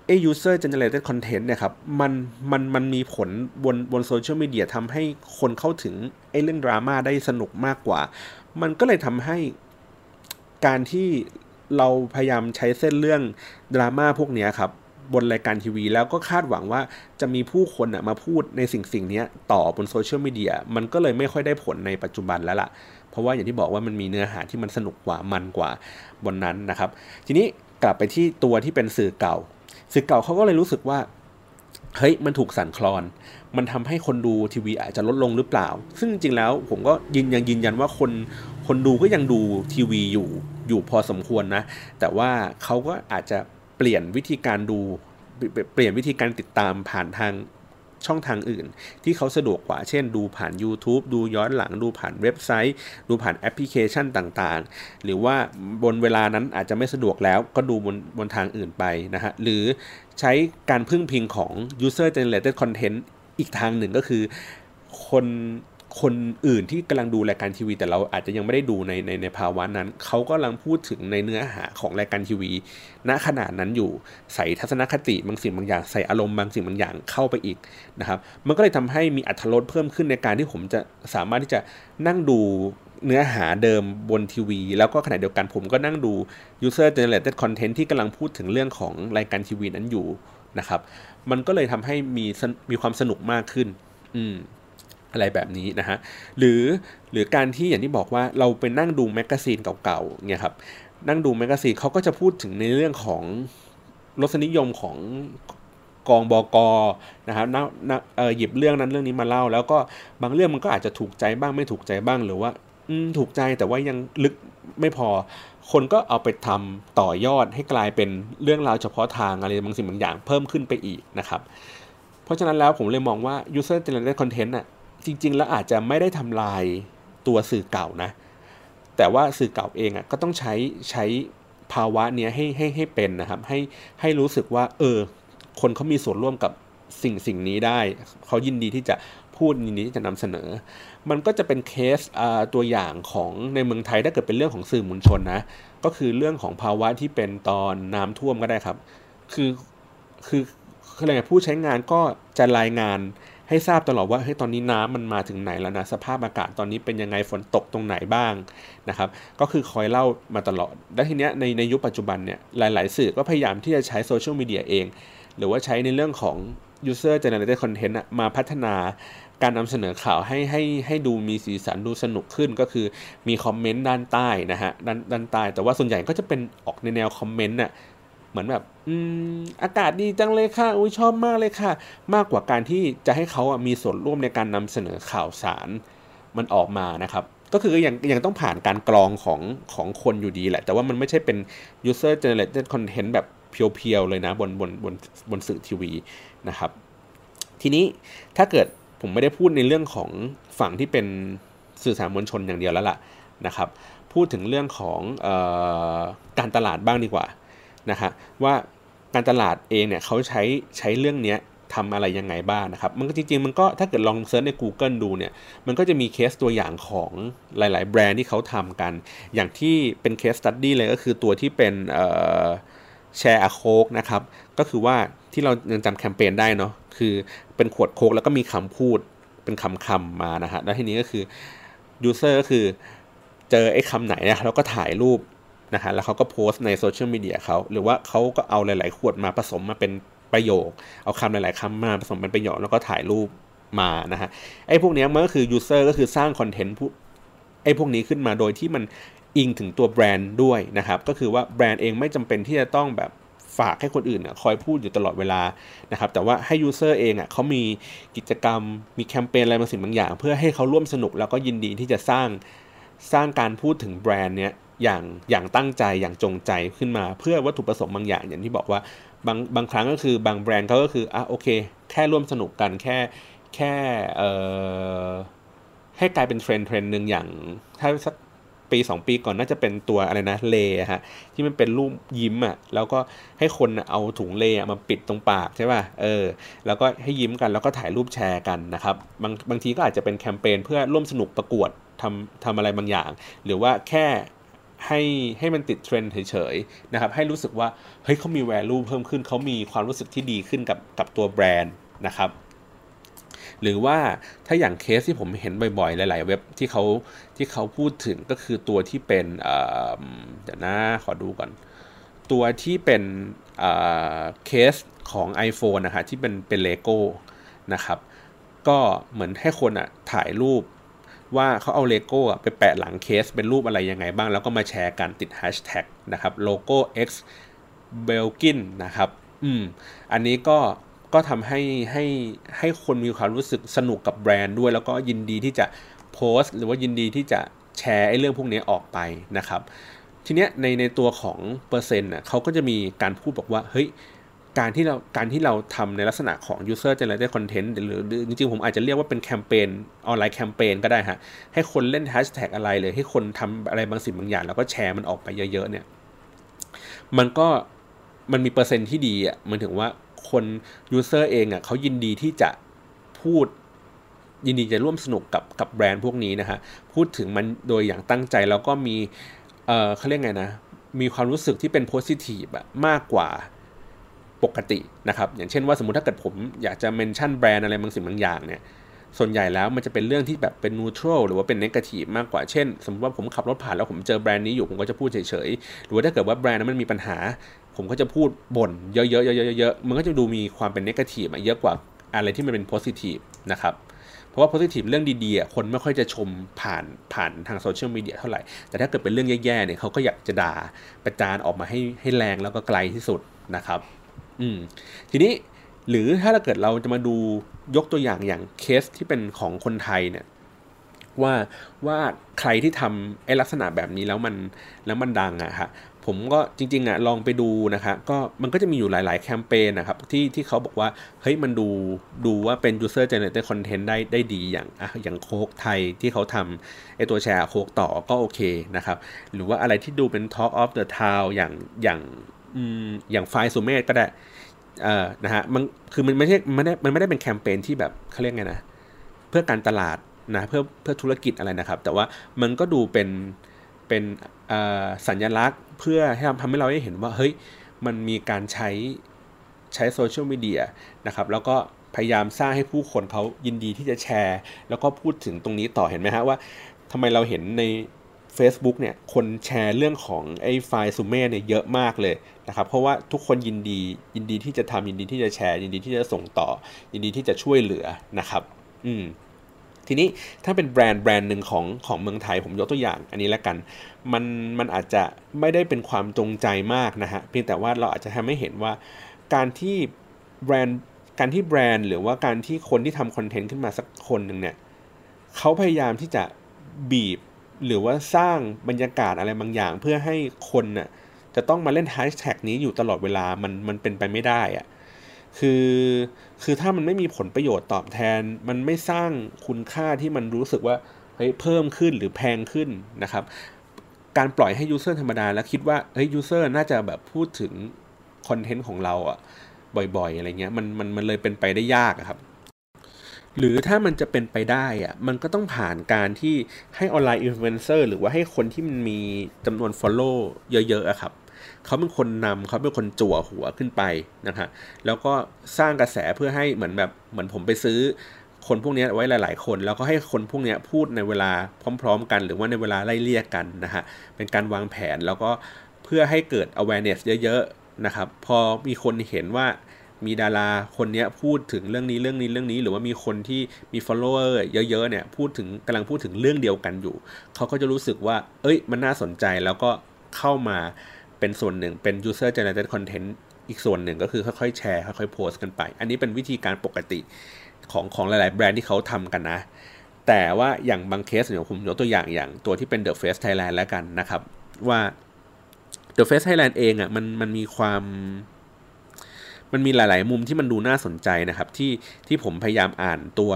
ไอ้ user generated content เนี่ยครับมันมันมันมีผลบนบนโซเชียลมีเดียทำให้คนเข้าถึงไอ้เรื่องดราม่าได้สนุกมากกว่ามันก็เลยทำให้การที่เราพยายามใช้เส้นเรื่องดราม่าพวกนี้ครับบนรายการทีวีแล้วก็คาดหวังว่าจะมีผู้คนอะมาพูดในสิ่งสิ่งนี้ต่อบนโซเชียลมีเดียมันก็เลยไม่ค่อยได้ผลในปัจจุบันแล้วล่ะเพราะว่าอย่างที่บอกว่ามันมีเนื้อหาที่มันสนุกกว่ามันกว่าบนนั้นนะครับทีนี้กลับไปที่ตัวที่เป็นสื่อเก่าสื่อเก่าเขาก็เลยรู้สึกว่าเฮ้ยมันถูกสั่นคลอนมันทำให้คนดูทีวีอาจจะลดลงหรือเปล่าซึ่งจริงๆแล้วผมก็ยืนยังยืนยันว่าคนคนดูก็ยังดูทีวีอยู่อยู่พอสมควรนะแต่ว่าเขาก็อาจจะเปลี่ยนวิธีการดูเปลี่ยนวิธีการติดตามผ่านทางช่องทางอื่นที่เขาสะดวกกว่าเช่นดูผ่าน YouTube ดูย้อนหลังดูผ่านเว็บไซต์ดูผ่านแอปพลิเคชันต่างๆหรือว่าบนเวลานั้นอาจจะไม่สะดวกแล้วก็ดูบนบนทางอื่นไปนะฮะหรือใช้การพึ่งพิงของ user generated content อีกทางหนึ่งก็คือคนคนอื่นที่กำลังดูรายการทีวีแต่เราอาจจะยังไม่ได้ดูในในในภาวะนั้นเขาก็กำลังพูดถึงในเนื้อหาของรายการทีวีณขณะนั้นอยู่ใส่ทัศนคติบางสิ่งบางอย่างใส่อารมณ์บางสิ่งบางอย่างเข้าไปอีกนะครับมันก็เลยทำให้มีอรรถรสเพิ่มขึ้นในการที่ผมจะสามารถที่จะนั่งดูเนื้อหาเดิมบนทีวีแล้วก็ขณะเดียวกันผมก็นั่งดู user generated content ที่กำลังพูดถึงเรื่องของรายการทีวีนั้นอยู่นะครับมันก็เลยทำให้มีมีความสนุกมากขึ้นอืมอะไรแบบนี้นะฮะหรือหรือการที่อย่างที่บอกว่าเราไปนั่งดูแมกกาซีนเก่าๆเนี่ยครับนั่งดูแมกกาซีนเขาก็จะพูดถึงในเรื่องของรสนิยมของกองบก.นะครับนะนะเอ่อหยิบเรื่องนั้นเรื่องนี้มาเล่าแล้วก็บางเรื่องมันก็อาจจะถูกใจบ้างไม่ถูกใจบ้างหรือว่าอืมถูกใจแต่ว่ายังลึกไม่พอคนก็เอาไปทำต่อยอดให้กลายเป็นเรื่องราวเฉพาะทางอะไรบางสิ่งบางอย่างเพิ่มขึ้นไปอีกนะครับเพราะฉะนั้นแล้วผมเลยมองว่า user generated content น่ะจริงๆแล้วอาจจะไม่ได้ทำลายตัวสื่อเก่านะแต่ว่าสื่อเก่าเองอ่ะก็ต้องใช้ใช้ภาวะเนี้ยให้ให้ให้เป็นนะครับให้ให้รู้สึกว่าเออคนเขามีส่วนร่วมกับสิ่งสิ่งนี้ได้เขายินดีที่จะพูดยินดีที่จะนำเสนอมันก็จะเป็นเคสตัวอย่างของในเมืองไทยถ้าเกิดเป็นเรื่องของสื่อมวลชนนะก็คือเรื่องของภาวะที่เป็นตอนน้ำท่วมก็ได้ครับคือคืออะไรผู้ใช้งานก็จะรายงานให้ทราบตลอดว่าเฮ้ยตอนนี้น้ำมันมาถึงไหนแล้วนะสภาพอากาศตอนนี้เป็นยังไงฝนตกตรงไหนบ้างนะครับก็คือคอยเล่ามาตลอดและทีเนี้ยในในยุคปัจจุบันเนี่ยหลายๆสื่อก็พยายามที่จะใช้โซเชียลมีเดียเองหรือว่าใช้ในเรื่องของ user generated content อะมาพัฒนาการนำเสนอข่าวให้ให้ให้ดูมีสีสันดูสนุกขึ้นก็คือมีคอมเมนต์ด้านใต้นะฮะด้านด้านใต้แต่ว่าส่วนใหญ่ก็จะเป็นออกในแนวคอมเมนต์น่ะเหมือนแบบอืมอากาศดีจังเลยค่ะอุ้ยชอบมากเลยค่ะมากกว่าการที่จะให้เขามีส่วนร่วมในการนำเสนอข่าวสารมันออกมานะครับก็คือยังยังต้องผ่านการกรองของของคนอยู่ดีแหละแต่ว่ามันไม่ใช่เป็น user generated content แบบเพียวๆเลยนะบนบนบนบนสื่อทีวีนะครับทีนี้ถ้าเกิดผมไม่ได้พูดในเรื่องของฝั่งที่เป็นสื่อสารมวลชนอย่างเดียวแล้วล่ะนะครับพูดถึงเรื่องของเอ่อการตลาดบ้างดีกว่านะฮะว่าการตลาดเองเนี่ยเขาใช้ใช้เรื่องนี้ทำอะไรยังไงบ้างนะครับมันก็จริงๆมันก็ถ้าเกิดลองเซิร์ชใน Google ดูเนี่ยมันก็จะมีเคสตัวอย่างของหลายๆแบรนด์ที่เขาทำกันอย่างที่เป็นเคสสตั๊ดดี้เลยก็คือตัวที่เป็นเอ่อแชร์อะโค้กนะครับก็คือว่าที่เรายังจำแคมเปญได้เนาะคือเป็นขวดโค้กแล้วก็มีคำพูดเป็นคำคำมานะฮะแล้วทีนี้ก็คือยูเซอร์ก็คือเจอไอ้คำไหนเนี่ยแล้วก็ถ่ายรูปนะฮะแล้วเขาก็โพสต์ในโซเชียลมีเดียเขาหรือว่าเขาก็เอาหลายๆขวดมาผสมมาเป็นประโยคเอาคำหลายๆคำมาผสมเป็นประโยคแล้วก็ถ่ายรูปมานะฮะไอ้พวกนี้มันก็คือยูเซอร์ก็คือสร้างคอนเทนต์ไอ้พวกนี้ขึ้นมาโดยที่มันอิงถึงตัวแบรนด์ด้วยนะครับก็คือว่าแบรนด์เองไม่จำเป็นที่จะต้องแบบฝากให้คนอื่นคอยพูดอยู่ตลอดเวลานะครับแต่ว่าให้ยูเซอร์เองอ่ะเขามีกิจกรรมมีแคมเปญอะไรบางสิ่งบางอย่างเพื่อให้เขาร่วมสนุกแล้วก็ยินดีที่จะสร้างสร้างการพูดถึงแบรนด์เนี้ยอย่างอย่างตั้งใจอย่างจงใจขึ้นมาเพื่อวัตถุประสงค์บางอย่างอย่างที่บอกว่าบางบางครั้งก็คือบางแบรนด์เขาก็คืออ่ะโอเคแค่ร่วมสนุกกันแค่แค่เอ่อให้กลายเป็นเทรนด์เทรนด์นึงอย่างถ้าสักปีสองปีก่อนน่าจะเป็นตัวอะไรนะเลฮะที่มันเป็นรูปยิ้มอ่ะแล้วก็ให้คนเอาถุงเลมาปิดตรงปากใช่ป่ะเออแล้วก็ให้ยิ้มกันแล้วก็ถ่ายรูปแชร์กันนะครับบางบางทีก็อาจจะเป็นแคมเปญเพื่อร่วมสนุกประกวดทำทำอะไรบางอย่างหรือว่าแค่ให้ให้มันติดเทรนด์เฉยๆนะครับให้รู้สึกว่าเฮ้ยเขามี value เพิ่มขึ้นเขามีความรู้สึกที่ดีขึ้นกับกับตัวแบรนด์นะครับหรือว่าถ้าอย่างเคสที่ผมเห็นบ่อยๆหลายๆเว็บที่เขาที่เขาพูดถึงก็คือตัวที่เป็นเอ่อเดี๋ยวนะขอดูก่อนตัวที่เป็นเอ่อเคสของ iPhone นะฮะที่เป็นเป็นเลโก้นะครับก็เหมือนให้คนอ่ะถ่ายรูปว่าเขาเอาเลโก้ไปแปะหลังเคสเป็นรูปอะไรยังไงบ้างแล้วก็มาแชร์กันติดแฮชแท็กนะครับโลโก้ X Belkin นะครับอืมอันนี้ก็ก็ทำให้ให้ให้คนมีความรู้สึกสนุกกับแบรนด์ด้วยแล้วก็ยินดีที่จะโพสต์หรือว่ายินดีที่จะแชร์ไอ้เรื่องพวกนี้ออกไปนะครับทีเนี้ยในในตัวของเปอร์เซ็นต์น่ะเขาก็จะมีการพูดบอกว่าเฮ้ยการที่เราการที่เราทำในลักษณะของ user generated content หรือหรือจริงๆผมอาจจะเรียกว่าเป็นแคมเปญออนไลน์แคมเปญก็ได้ฮะให้คนเล่นแฮชแท็กอะไรเลยให้คนทำอะไรบางสิ่งบางอย่างแล้วก็แชร์มันออกไปเยอะๆเนี่ยมันก็มันมีเปอร์เซ็นต์ที่ดีอ่ะมันถึงว่าคนยูเซอร์เองอ่ะเขายินดีที่จะพูดยินดีจะร่วมสนุกกับกับแบรนด์พวกนี้นะฮะพูดถึงมันโดยอย่างตั้งใจแล้วก็มีเอ่อเขาเรียกไงนะมีความรู้สึกที่เป็นโพสิทีฟอะมากกว่าปกตินะครับอย่างเช่นว่าสมมุติถ้าเกิดผมอยากจะเมนชั่นแบรนด์อะไรบางสิ่งบางอย่างเนี่ยส่วนใหญ่แล้วมันจะเป็นเรื่องที่แบบเป็นนูทรัลหรือว่าเป็นเนกาทีฟมากกว่าเช่นสมมติว่าผมขับรถผ่านแล้วผมเจอแบรนด์นี้อยู่ผมก็จะพูดเฉยๆหรือว่าถ้าเกิดว่าแบรนด์นั้นมันมีปัญหาผมก็จะพูดบ่นเยอะๆเยอะๆๆมันก็จะดูมีความเป็นเนกาทีฟเยอะกว่าอะไรที่มันเป็นโพสิทีฟนะครับเพราะว่าโพสิทีฟเรื่องดีๆคนไม่ค่อยจะชมผ่านผ่านทางโซเชียลมีเดียเท่าไหร่แต่ถ้าเกิดเป็นเรื่องแย่ๆเนี่ยเขาก็อยากจะด่าประจานออกมาให้ให้แรงแล้วก็ไกลที่สุดนะครับอืมทีนี้หรือถ้าเราเกิดเราจะมาดูยกตัวอย่างอย่างเคสที่เป็นของคนไทยเนี่ยว่าว่าใครที่ทำไอ้ลักษณะแบบนี้แล้วมันแล้วมันดังอะฮะผมก็จริงๆอะลองไปดูนะครับก็มันก็จะมีอยู่หลายๆแคมเปญนะครับที่ที่เขาบอกว่าเฮ้ยมันดูดูว่าเป็น user generated content ได้ได้ดีอย่างอะอย่างโค้กไทยที่เขาทำไอตัวแชร์โค้กต่อก็โอเคนะครับหรือว่าอะไรที่ดูเป็น Talk of the Town อย่างอย่างอืมอย่างไฟล์สุเมธก็ได้เอ่อนะฮะมันคือมันไม่ใช่มันไม่ได้มันไม่ได้เป็นแคมเปญที่แบบเขาเรียกไงนะเพื่อการตลาดนะเพื่อเพื่อธุรกิจอะไรนะครับแต่ว่ามันก็ดูเป็นเป็นสัญลักษณ์เพื่อให้ทำให้เราได้เห็นว่าเฮ้ยมันมีการใช้ใช้โซเชียลมีเดียนะครับแล้วก็พยายามสร้างให้ผู้คนเขายินดีที่จะแชร์แล้วก็พูดถึงตรงนี้ต่อเห็นไหมฮะว่าทำไมเราเห็นใน Facebook เนี่ยคนแชร์เรื่องของไอ้ไฟล์ซูเม่เนี่ยเยอะมากเลยนะครับเพราะว่าทุกคนยินดียินดีที่จะทำยินดีที่จะแชร์ยินดีที่จะส่งต่อยินดีที่จะช่วยเหลือนะครับอืมทีนี้ถ้าเป็นแบรนด์แบรนด์หนึ่งของของเมืองไทยผมยกตัวอย่างอันนี้แล้วกันมันมันอาจจะไม่ได้เป็นความจงใจมากนะฮะเพียงแต่ว่าเราอาจจะทำให้เห็นว่าการที่แบรนด์การที่แบรนด์หรือว่าการที่คนที่ทำคอนเทนต์ขึ้นมาสักคนหนึ่งเนี่ยเขาพยายามที่จะบีบหรือว่าสร้างบรรยากาศอะไรบางอย่างเพื่อให้คนน่ะจะต้องมาเล่นแฮชแท็กนี้อยู่ตลอดเวลามันมันเป็นไปไม่ได้อะคือคือถ้ามันไม่มีผลประโยชน์ตอบแทนมันไม่สร้างคุณค่าที่มันรู้สึกว่าเฮ้ยเพิ่มขึ้นหรือแพงขึ้นนะครับการปล่อยให้ยูเซอร์ธรรมดาแล้วคิดว่าเฮ้ยยูเซอร์น่าจะแบบพูดถึงคอนเทนต์ของเราอ่ะบ่อยๆอะไรเงี้ยมันมันมันเลยเป็นไปได้ยากครับหรือถ้ามันจะเป็นไปได้อ่ะมันก็ต้องผ่านการที่ให้ออนไลน์อินฟลูเอนเซอร์หรือว่าให้คนที่มันมีจำนวน follow เยอะๆอะครับเขาเป็นคนนำเขาเป็นคนจั่วหัวขึ้นไปนะฮะแล้วก็สร้างกระแสเพื่อให้เหมือนแบบเหมือนผมไปซื้อคนพวกนี้ไว้หลายๆคนแล้วก็ให้คนพวกนี้พูดในเวลาพร้อมๆกันหรือว่าในเวลาไล่เลี่ยกันนะฮะเป็นการวางแผนแล้วก็เพื่อให้เกิด awareness เยอะๆนะครับพอมีคนเห็นว่ามีดาราคนนี้พูดถึงเรื่องนี้เรื่องนี้เรื่องนี้หรือว่ามีคนที่มี follower เยอะๆเนี่ยพูดถึงกำลังพูดถึงเรื่องเดียวกันอยู่เขาก็จะรู้สึกว่าเอ้ยมันน่าสนใจแล้วก็เข้ามาเป็นส่วนหนึ่งเป็น user generated content อีกส่วนหนึ่งก็คือค่อยๆแชร์ค่อยๆโพสต์กันไปอันนี้เป็นวิธีการปกติของของหลายๆแบรนด์ที่เขาทำกันนะแต่ว่าอย่างบางเคสเนี่ยผมยกตัวอย่างอย่างตัวที่เป็น The Face Thailand แล้วกันนะครับว่า The Face Thailand เองอ่ะมันมันมีความมันมีหลายๆมุมที่มันดูน่าสนใจนะครับที่ที่ผมพยายามอ่านตัว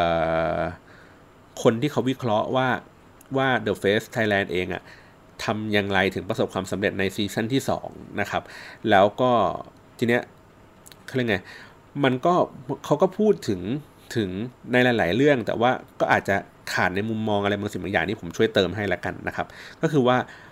คนที่เขาวิเคราะห์ว่าว่า The Face Thailand เองอ่ะทำอย่างไรถึงประสบความสำเร็จในซีซั่นที่สองนะครับแล้วก็ทีเนี้ยเขาเรียกไงมันก็เขาก็พูดถึงถึงในหลายๆเรื่องแต่ว่าก็อาจจะขาดในมุมมองอะไรบางสิ่งบางอย่างที่ผมช่วยเติมให้ละกันนะครับก็คือว่า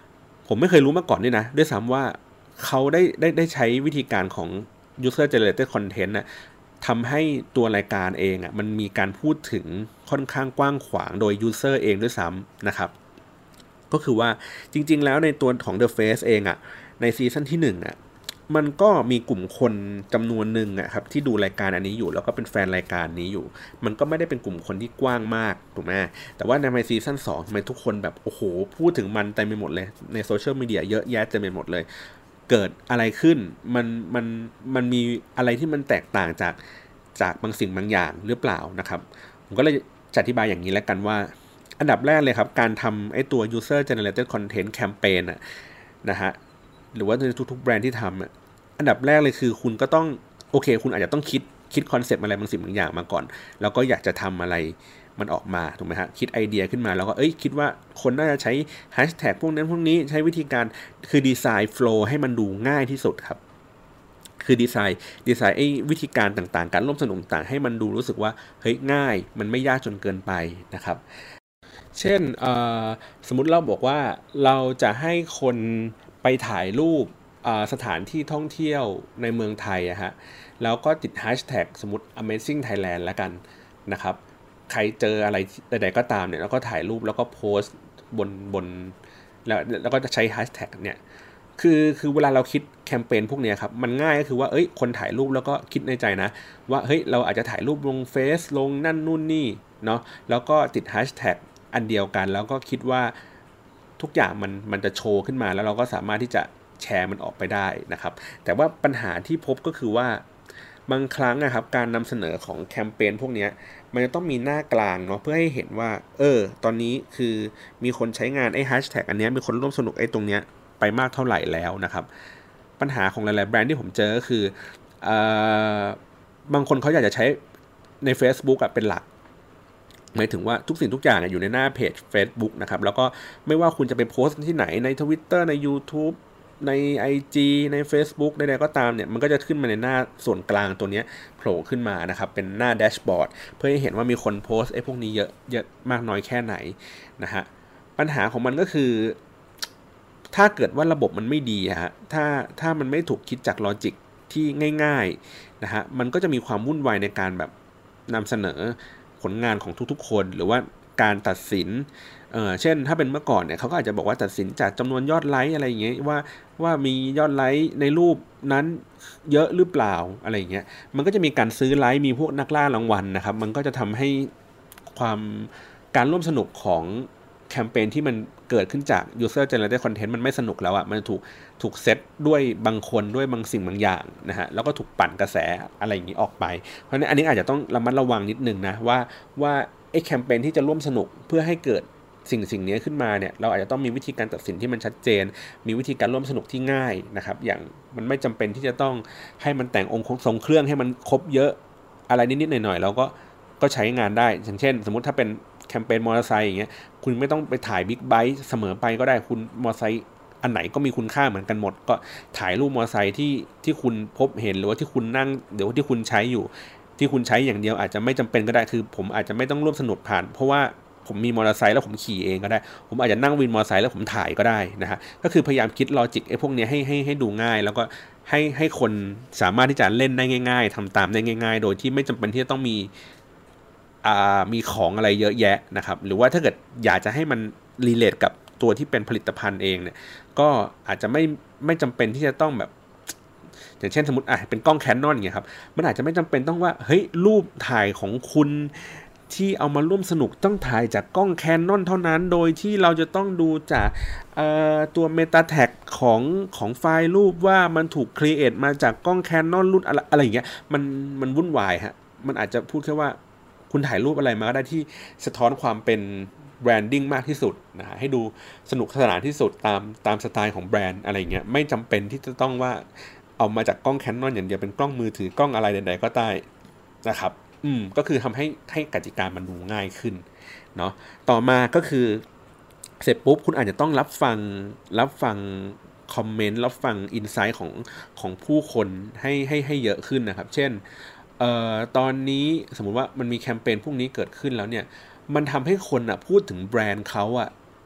ผมไม่เคยรู้มาก่อนด้วยนะด้วยซ้ำว่าเขาได้ได้ได้ใช้วิธีการของ user generated content นะทำให้ตัวรายการเองอ่ะมันมีการพูดถึงค่อนข้างกว้างขวางโดย user เองด้วยซ้ำนะครับก็คือว่าจริงๆแล้วในตัวของ The Face เองอ่ะในซีซั่นที่หนึ่งอ่ะมันก็มีกลุ่มคนจำนวนหนึ่งอ่ะครับที่ดูรายการอันนี้อยู่แล้วก็เป็นแฟนรายการนี้อยู่มันก็ไม่ได้เป็นกลุ่มคนที่กว้างมากถูกไหมแต่ว่าในซีซั่นสองทำไมทุกคนแบบโอ้โหพูดถึงมันเต็มไปหมดเลยในโซเชียลมีเดียเยอะแยะเต็มไปหมดเลยเกิดอะไรขึ้นมันมันมันมีอะไรที่มันแตกต่างจากจากบางสิ่งบางอย่างหรือเปล่านะครับผมก็เลยจะอธิบายอย่างนี้แล้วกันว่าอันดับแรกเลยครับการทำไอ้ตัว user generated content campaign อะนะฮะหรือว่าในทุกๆแบรนด์ที่ทำอะอันดับแรกเลยคือคุณก็ต้องโอเคคุณอาจจะต้องคิดคิดคอนเซปต์อะไรบางสิ่งบางอย่างมาก่อนแล้วก็อยากจะทำอะไรมันออกมาถูกไหมฮะคิดไอเดียขึ้นมาแล้วก็เอ้ยคิดว่าคนน่าจะใช้แฮชแท็กพวกนั้นพวกนี้ใช้วิธีการคือดีไซน์โฟลว์ให้มันดูง่ายที่สุดครับคือดีไซน์ดีไซน์ไอ้วิธีการต่างๆการร่วมสนุกต่างให้มันดูรู้สึกว่าเฮ้ยง่ายมันไม่ยากจนเกินไปนะครับเช่นสมมุติเราบอกว่าเราจะให้คนไปถ่ายรูปสถานที่ท่องเที่ยวในเมืองไทยอะฮะแล้วก็ติดแฮชแท็กสมมติ Amazing Thailand แล้วกันนะครับใครเจออะไรใดๆก็ตามเนี่ยแล้วก็ถ่ายรูปแล้วก็โพสต์บนบนแล้วแล้วก็จะใช้แฮชแท็กเนี่ยคือคือเวลาเราคิดแคมเปญพวกนี้ครับมันง่ายก็คือว่าเอ้ยคนถ่ายรูปแล้วก็คิดในใจนะว่าเฮ้ยเราอาจจะถ่ายรูปลงเฟซลงนั่นนู่นนี่เนาะแล้วก็ติดแฮชแท็กอันเดียวกันแล้วก็คิดว่าทุกอย่างมันมันจะโชว์ขึ้นมาแล้วเราก็สามารถที่จะแชร์มันออกไปได้นะครับแต่ว่าปัญหาที่พบก็คือว่าบางครั้งนะครับการนำเสนอของแคมเปญพวกนี้มันจะต้องมีหน้ากลางเนาะเพื่อให้เห็นว่าเออตอนนี้คือมีคนใช้งานไอ้แฮชแท็กอันนี้มีคนร่วมสนุกไอ้ตรงเนี้ยไปมากเท่าไหร่แล้วนะครับปัญหาของหลายๆแบรนด์ที่ผมเจอก็คือเอ่อบางคนเขาอยากจะใช้ใน Facebook อ่ะเป็นหลักหมายถึงว่าทุกสิ่งทุกอย่างอยู่ในหน้าเพจ Facebook นะครับแล้วก็ไม่ว่าคุณจะไปโพสต์ที่ไหนใน Twitter ใน YouTube ใน ไอ จี ใน Facebook ใดๆก็ตามเนี่ยมันก็จะขึ้นมาในหน้าส่วนกลางตัวนี้โผล่ขึ้นมานะครับเป็นหน้าแดชบอร์ดเพื่อให้เห็นว่ามีคนโพสต์ไอ้พวกนี้เยอะเยอะมากน้อยแค่ไหนนะฮะปัญหาของมันก็คือถ้าเกิดว่าระบบมันไม่ดีฮะถ้าถ้ามันไม่ถูกคิดจากลอจิกที่ง่ายๆนะฮะมันก็จะมีความวุ่นวายในการแบบนำเสนอผลงานของทุกๆคนหรือว่าการตัดสินเออเช่นถ้าเป็นเมื่อก่อนเนี่ยเขาก็อาจจะบอกว่าตัดสินจากจำนวนยอดไลค์อะไรอย่างเงี้ยว่าว่ามียอดไลค์ในรูปนั้นเยอะหรือเปล่าอะไรอย่างเงี้ยมันก็จะมีการซื้อไลค์มีพวกนักล่ารางวัลนะครับมันก็จะทำให้ความการร่วมสนุกของแคมเปญที่มันเกิดขึ้นจาก user generated content มันไม่สนุกแล้วอะมันถูกถูกเซตด้วยบางคนด้วยบางสิ่งบางอย่างนะฮะแล้วก็ถูกปั่นกระแสอะไรอย่างนี้ออกไปเพราะฉะนั้นอันนี้อาจจะต้องระมัดระวังนิดนึงนะว่าว่าไอ้แคมเปญที่จะร่วมสนุกเพื่อให้เกิดสิ่งสิ่งนี้ขึ้นมาเนี่ยเราอาจจะต้องมีวิธีการตัดสินที่มันชัดเจนมีวิธีการร่วมสนุกที่ง่ายนะครับอย่างมันไม่จำเป็นที่จะต้องให้มันแต่งองค์ทรงเครื่องให้มันครบเยอะอะไรนิดๆหน่อยๆแล้วก็ก็ใช้งานได้อย่างเช่นสมมุติถ้าเป็นแคมเปญมอเตอร์ไซค์อย่างเงี้ยคุณไม่ต้องไปถ่ายบิ๊กไบค์เสมอไปก็ได้คุณมอเตอร์ไซค์อันไหนก็มีคุณค่าเหมือนกันหมดก็ถ่ายรูปมอเตอร์ไซค์ที่ที่คุณพบเห็นหรือว่าที่คุณนั่งเดี๋ยวที่คุณใช้อยู่ที่คุณใช้อย่างเดียวอาจจะไม่จำเป็นก็ได้คือผมอาจจะไม่ต้องร่วมสนุกผ่านเพราะว่าผมมีมอเตอร์ไซค์แล้วผมขี่เองก็ได้ผมอาจจะนั่งวินมอเตอร์ไซค์แล้วผมถ่ายก็ได้นะฮะก็คือพยายามคิดลอจิกไอ้พวกนี้ให้ให้ให้ดูง่ายแล้วก็ให้ให้คนสามารถที่จะเล่นได้ง่ายๆทำตามได้ง่ายๆโดยที่ไม่จำเป็นที่จะต้องมีมีของอะไรเยอะแยะนะครับหรือว่าถ้าเกิดอยากจะให้มันรีเลทกับตัวที่เป็นผลิตภัณฑ์เองเนี่ยก็อาจจะไม่ไม่จำเป็นที่จะต้องแบบอย่างเช่นสมมติอ่ะเป็นกล้อง Canon อย่างเงี้ยครับมันอาจจะไม่จำเป็นต้องว่าเฮ้ยรูปถ่ายของคุณที่เอามาร่วมสนุกต้องถ่ายจากกล้อง Canon เท่านั้นโดยที่เราจะต้องดูจากตัว Meta Tag ของของไฟล์รูปว่ามันถูก create มาจากกล้อง Canon รุ่นอะไรอะไรอย่างเงี้ยมันมันวุ่นวายฮะมันอาจจะพูดแค่ว่าคุณถ่ายรูปอะไรมาก็ได้ที่สะท้อนความเป็นแบรนดิ้งมากที่สุดนะฮะให้ดูสนุกสนานที่สุดตามตามสไตล์ของแบรนด์อะไรเงี้ยไม่จำเป็นที่จะต้องว่าเอามาจากกล้อง Canon อย่างเดียวเป็นกล้องมือถือกล้องอะไรใดๆก็ได้นะครับอืมก็คือทำให้ให้กติกามันดูง่ายขึ้นเนาะต่อมาก็คือเสร็จปุ๊บคุณอาจจะต้องรับฟังรับฟังคอมเมนต์รับฟังอินไซต์ของของผู้คนให้ให้ให้เยอะขึ้นนะครับเช่นเอ่อตอนนี้สมมุติว่ามันมีแคมเปญพวกนี้เกิดขึ้นแล้วเนี่ยมันทำให้คนอ่ะพูดถึงแบรนด์เขาอ่ะ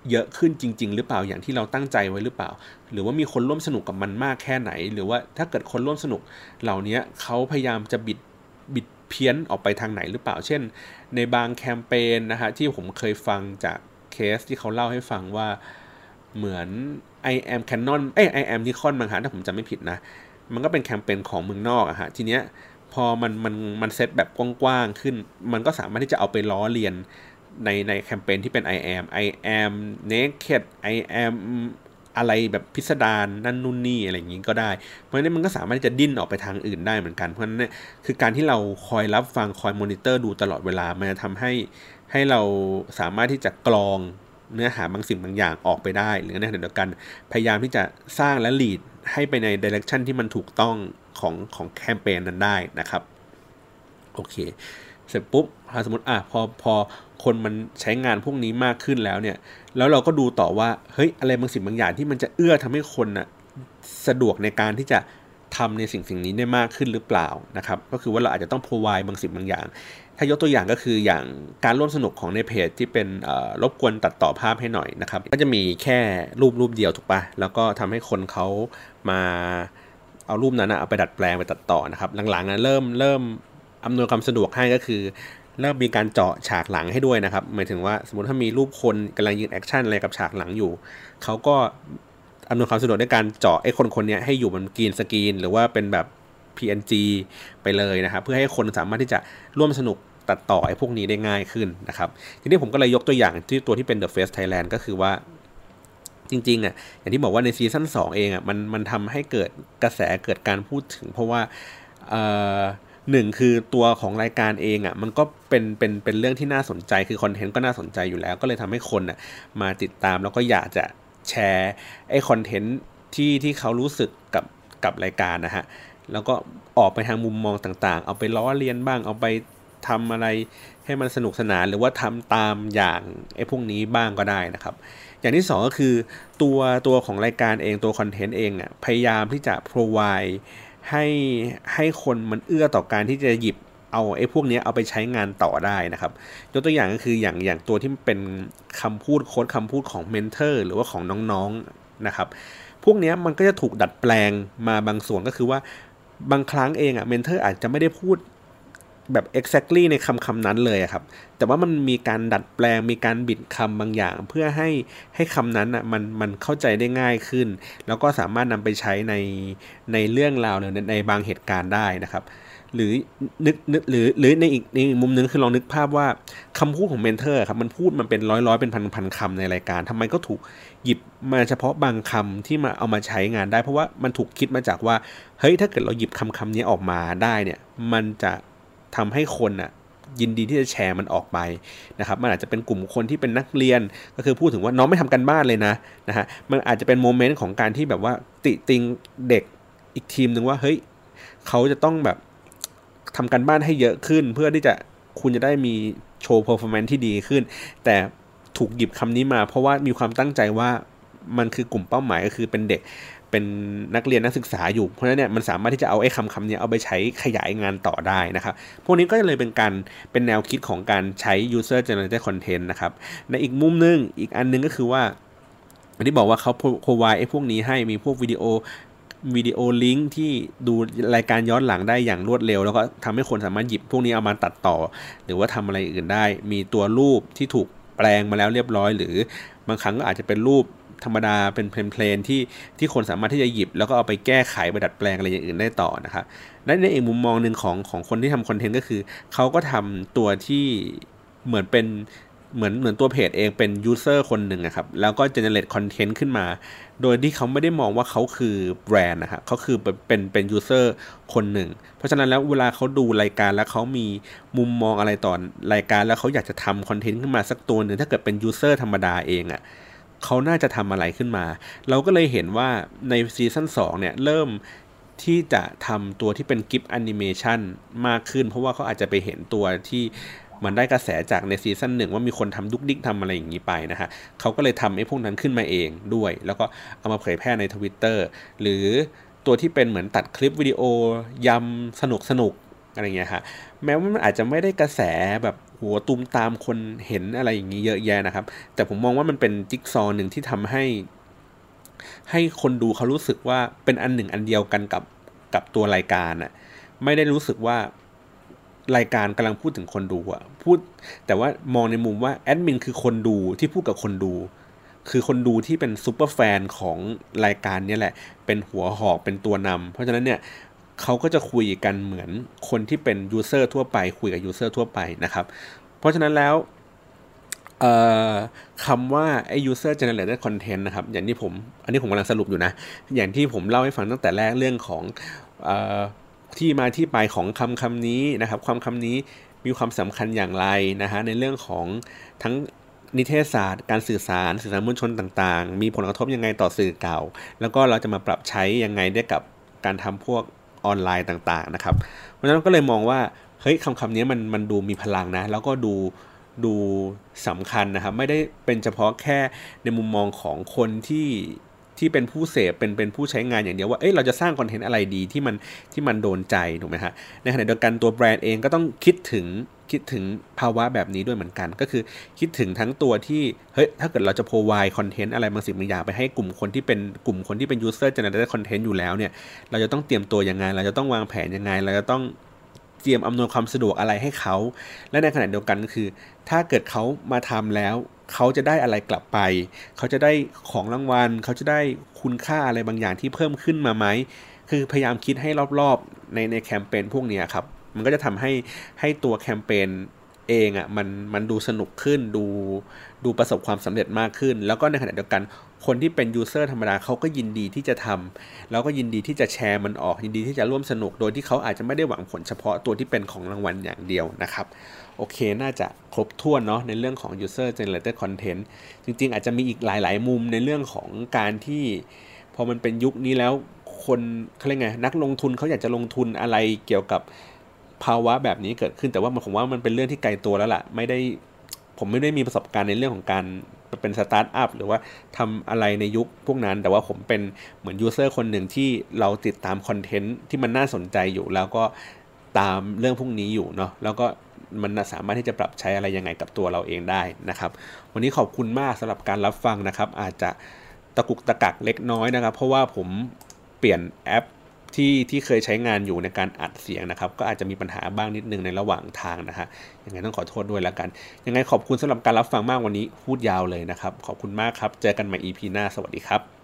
เยอะขึ้นจริงๆหรือเปล่าอย่างที่เราตั้งใจไว้หรือเปล่าหรือว่ามีคนร่วมสนุกกับมันมากแค่ไหนหรือว่าถ้าเกิดคนร่วมสนุกเหล่านี้เขาพยายามจะบิดบิดเพี้ยนออกไปทางไหนหรือเปล่าเช่นในบางแคมเปญนะฮะที่ผมเคยฟังจากเคสที่เขาเล่าให้ฟังว่าเหมือน I am Canon เอ้ย I am Nikon มั้งฮะถ้าผมจำไม่ผิดนะมันก็เป็นแคมเปญของเมืองนอกอะฮะทีเนี้ยพอมันมันมันเซตแบบกว้างๆขึ้นมันก็สามารถที่จะเอาไปล้อเลียนในในแคมเปญที่เป็น I am I am naked I am อะไรแบบพิสดารนั่นนู่นนี่อะไรอย่างงี้ก็ได้เพราะฉะนั้นมันก็สามารถที่จะดิ้นออกไปทางอื่นได้เหมือนกันเพราะฉะนั้นเนี่ยคือการที่เราคอยรับฟังคอยมอนิเตอร์ดูตลอดเวลามันจะทำให้ให้เราสามารถที่จะกรองเนื้อหาบางสิ่งบางอย่างออกไปได้หรือในขณะเดียวกันพยายามที่จะสร้างและลีดให้ไปในดิเรกชันที่มันถูกต้องของของแคมเปญนั้นได้นะครับโอเคเสร็จปุ๊บสมมติอ่ะพอพอคนมันใช้งานพวกนี้มากขึ้นแล้วเนี่ยแล้วเราก็ดูต่อว่าเฮ้ยอะไรบางสิ่งบางอย่างที่มันจะเอื้อทำให้คนน่ะสะดวกในการที่จะทำในสิ่งสิ่งนี้ได้มากขึ้นหรือเปล่านะครับก็คือว่าเราอาจจะต้อง provide บางสิ่งบางอย่างถ้ายกตัวอย่างก็คืออย่างการร่วมสนุกของในเพจที่เป็นรบกวนตัดต่อภาพให้หน่อยนะครับก็จะมีแค่รูปรูปเดียวถูกปะแล้วก็ทำให้คนเขามาเอารูปนั้นเอาไปดัดแปลงไปตัดต่อนะครับหลังๆนะเริ่มเริ่มอำนวยความสะดวกให้ก็คือเริ่มมีการเจาะฉากหลังให้ด้วยนะครับหมายถึงว่าสมมติถ้ามีรูปคนกำลังยืนแอคชั่นอะไรกับฉากหลังอยู่เขาก็อำนวยความสะดวกด้วยการเจาะไอ้คนคนนี้ให้อยู่บนกรีนสกรีนหรือว่าเป็นแบบ พี เอ็น จี ไปเลยนะครับเพื่อให้คนสามารถที่จะร่วมสนุกตัดต่อไอ้พวกนี้ได้ง่ายขึ้นนะครับทีนี้ผมก็เลยยกตัวอย่างที่ตัวที่เป็น The Face Thailand ก็คือว่าจริงๆอ่ะอย่างที่บอกว่าในซีซั่นสองเองอ่ะมันมันทำให้เกิดกระแสเกิดการพูดถึงเพราะว่าเอ่อหนึ่งคือตัวของรายการเองอ่ะมันก็เป็นเป็นเป็นเรื่องที่น่าสนใจคือคอนเทนต์ก็น่าสนใจอยู่แล้วก็เลยทำให้คนอ่ะมาติดตามแล้วก็อยากจะแชร์ไอ้คอนเทนต์ที่ที่เขารู้สึกกับกับรายการนะฮะแล้วก็ออกไปทางมุมมองต่างๆเอาไปล้อเลียนบ้างเอาไปทำอะไรให้มันสนุกสนานหรือว่าทำตามอย่างไอ้พวกนี้บ้างก็ได้นะครับอย่างที่สองก็คือตัวตัวของรายการเองตัวคอนเทนต์เองอ่ะพยายามที่จะ provide ให้ให้คนมันเอื้อต่อการที่จะหยิบเอาไอ้พวกนี้เอาไปใช้งานต่อได้นะครับยกตัวอย่างก็คืออย่างอย่างตัวที่เป็นคำพูดโค้ดคำพูดของเมนเทอร์หรือว่าของน้องๆนะครับพวกนี้มันก็จะถูกดัดแปลงมาบางส่วนก็คือว่าบางครั้งเองอ่ะเมนเทอร์อาจจะไม่ได้พูดแบบ exactly ในคำคำนั้นเลยครับแต่ว่ามันมีการดัดแปลงมีการบิดคำบางอย่างเพื่อให้ให้คำนั้นอ่ะมันมันเข้าใจได้ง่ายขึ้นแล้วก็สามารถนำไปใช้ในในเรื่องราวหรือในบางเหตุการณ์ได้นะครับหรือนึกนึกหรือหรือในอีกในมุมนึงคือลองนึกภาพว่าคำพูดของเมนเทอร์ครับมันพูดมันเป็นร้อยร้อยเป็นพันพันคำในรายการทำไมก็ถูกหยิบมาเฉพาะบางคำที่มาเอามาใช้งานได้เพราะว่ามันถูกคิดมาจากว่าเฮ้ยถ้าเกิดเราหยิบคำคำนี้ออกมาได้เนี่ยมันจะทำให้คนอ่ะยินดีที่จะแชร์มันออกไปนะครับมันอาจจะเป็นกลุ่มคนที่เป็นนักเรียนก็คือพูดถึงว่าน้องไม่ทำกันบ้านเลยนะนะฮะมันอาจจะเป็นโมเมนต์ของการที่แบบว่าติติงเด็กอีกทีมหนึ่งว่าเฮ้ยเขาจะต้องแบบทำกันบ้านให้เยอะขึ้นเพื่อที่จะคุณจะได้มีโชว์เพอร์ฟอร์แมนซ์ที่ดีขึ้นแต่ถูกหยิบคำนี้มาเพราะว่ามีความตั้งใจว่ามันคือกลุ่มเป้าหมายก็คือเป็นเด็กเป็นนักเรียนนักศึกษาอยู่เพราะฉะนั้นเนี่ยมันสามารถที่จะเอาไอ้คำคำนี้เอาไปใช้ขยายงานต่อได้นะครับพวกนี้ก็เลยเป็นการเป็นแนวคิดของการใช้ user generated content นะครับในอีกมุมนึงอีกอันนึงก็คือว่าที่บอกว่าเขา provide ไอ้พวกนี้ให้มีพวกวิดีโอวิดีโอลิงก์ที่ดูรายการย้อนหลังได้อย่างรวดเร็วแล้วก็ทำให้คนสามารถหยิบพวกนี้เอามาตัดต่อหรือว่าทำอะไรอื่นได้มีตัวรูปที่ถูกแปลงมาแล้วเรียบร้อยหรือบางครั้งก็อาจจะเป็นรูปธรรมดาเป็นเพลนๆที่ที่คนสามารถที่จะหยิบแล้วก็เอาไปแก้ไขไปดัดแปลงอะไรอย่างอื่นได้ต่อนะครับและในอีกมุมมองหนึ่งของของคนที่ทำคอนเทนต์ก็คือเขาก็ทำตัวที่เหมือนเป็นเหมือนเหมือนตัวเพจเองเป็นยูเซอร์คนหนึ่งนะครับแล้วก็เจเนเรตคอนเทนต์ขึ้นมาโดยที่เขาไม่ได้มองว่าเขาคือแบรนด์นะครับเขาคือเป็นเป็นยูเซอร์คนหนึ่งเพราะฉะนั้นแล้วเวลาเขาดูรายการแล้วเขามีมุมมองอะไรต่อรายการแล้วเขาอยากจะทำคอนเทนต์ขึ้นมาสักตัวหนึ่งถ้าเกิดเป็นยูเซอร์ธรรมดาเองอ่ะเขาน่าจะทำอะไรขึ้นมาเราก็เลยเห็นว่าในซีซั่นสองเนี่ยเริ่มที่จะทำตัวที่เป็นกิฟต์แอนิเมชันมากขึ้นเพราะว่าเขาอาจจะไปเห็นตัวที่มันได้กระแสจากในซีซั่นหนึ่งว่ามีคนทำดุกดิกทำอะไรอย่างนี้ไปนะฮะเขาก็เลยทำไอ้พวกนั้นขึ้นมาเองด้วยแล้วก็เอามาเผยแพร่ใน Twitter หรือตัวที่เป็นเหมือนตัดคลิปวิดีโอยำสนุกสนุกอะไรเงี้ยฮะแม้ว่ามันอาจจะไม่ได้กระแสแบบหัวตุมตามคนเห็นอะไรอย่างนี้เยอะแยะนะครับแต่ผมมองว่ามันเป็นจิ๊กซอว์หนึ่งที่ทำให้ให้คนดูเขารู้สึกว่าเป็นอันหนึ่งอันเดียวกันกับกับตัวรายการอ่ะไม่ได้รู้สึกว่ารายการกำลังพูดถึงคนดูอ่ะพูดแต่ว่ามองในมุมว่าแอดมินคือคนดูที่พูดกับคนดูคือคนดูที่เป็นซูเปอร์แฟนของรายการนี้แหละเป็นหัวหอกเป็นตัวนำเพราะฉะนั้นเนี่ยเขาก็จะคุยกันเหมือนคนที่เป็นยูเซอร์ทั่วไปคุยกับยูเซอร์ทั่วไปนะครับเพราะฉะนั้นแล้วคำว่าไอ้ user generated content นะครับอย่างที่ผมอันนี้ผมกำลังสรุปอยู่นะอย่างที่ผมเล่าให้ฟังตั้งแต่แรกเรื่องของเอ่อที่มาที่ไปของคำคำนี้นะครับความคำนี้มีความสำคัญอย่างไรนะฮะในเรื่องของทั้งนิเทศศาสตร์การสื่อสารสื่อสารมวลชนต่างๆมีผลกระทบยังไงต่อสื่อเก่าแล้วก็เราจะมาปรับใช้ยังไงได้กับการทำพวกออนไลน์ต่างๆนะครับเพราะฉะนั้นก็เลยมองว่าเฮ้ยคำคำนี้มันมันดูมีพลังนะแล้วก็ดูดูสำคัญนะครับไม่ได้เป็นเฉพาะแค่ในมุมมองของคนที่ที่เป็นผู้เสพเป็นเป็นผู้ใช้งานอย่างเดียวว่าเอ้ยเราจะสร้างคอนเทนต์อะไรดีที่มันที่มันโดนใจถูกไหมฮะในขณะเดียวกันตัวแบรนด์เองก็ต้องคิดถึงคิดถึงภาวะแบบนี้ด้วยเหมือนกันก็คือคิดถึงทั้งตัวที่เฮ้ยถ้าเกิดเราจะ provide คอนเทนต์อะไรบางสิ่งบางอย่างไปให้กลุ่มคนที่เป็นกลุ่มคนที่เป็น user generated content อยู่แล้วเนี่ยเราจะต้องเตรียมตัวยังไงเราจะต้องวางแผนยังไงเราจะต้องเตรียมอำนวยความสะดวกอะไรให้เขาและในขณะเดียวกันก็คือถ้าเกิดเขามาทำแล้วเขาจะได้อะไรกลับไปเขาจะได้ของรางวัลเขาจะได้คุณค่าอะไรบางอย่างที่เพิ่มขึ้นมาไหมคือพยายามคิดให้รอบๆในในแคมเปญพวกนี้ครับมันก็จะทำให้ให้ตัวแคมเปญเองอ่ะมันมันดูสนุกขึ้นดูดูประสบความสำเร็จมากขึ้นแล้วก็ในขณะเดียวกันคนที่เป็นยูเซอร์ธรรมดาเขาก็ยินดีที่จะทำแล้วก็ยินดีที่จะแชร์มันออกยินดีที่จะร่วมสนุกโดยที่เขาอาจจะไม่ได้หวังผลเฉพาะตัวที่เป็นของรางวัลอย่างเดียวนะครับโอเคน่าจะครบถ้วนเนาะในเรื่องของ user generated content จริงๆอาจจะมีอีกหลายๆมุมในเรื่องของการที่พอมันเป็นยุคนี้แล้วคนเขาเรียกไงนักลงทุนเขาอยากจะลงทุนอะไรเกี่ยวกับภาวะแบบนี้เกิดขึ้นแต่ว่าผมว่ามันเป็นเรื่องที่ไกลตัวแล้วล่ะไม่ได้ผมไม่ได้มีประสบการณ์ในเรื่องของการเป็นสตาร์ทอัพหรือว่าทำอะไรในยุคพวกนั้นแต่ว่าผมเป็นเหมือนยูเซอร์คนหนึ่งที่เราติดตามคอนเทนต์ที่มันน่าสนใจอยู่แล้วก็ตามเรื่องพวกนี้อยู่เนาะแล้วก็มันสามารถที่จะปรับใช้อะไรยังไงกับตัวเราเองได้นะครับวันนี้ขอบคุณมากสำหรับการรับฟังนะครับอาจจะตะกุกตะกักเล็กน้อยนะครับเพราะว่าผมเปลี่ยนแอปที่ที่เคยใช้งานอยู่ในการอัดเสียงนะครับก็อาจจะมีปัญหาบ้างนิดนึงในระหว่างทางนะฮะยังไงต้องขอโทษด้วยแล้วกันยังไงขอบคุณสำหรับการรับฟังมากวันนี้พูดยาวเลยนะครับขอบคุณมากครับเจอกันใหม่ อี พี หน้าสวัสดีครับ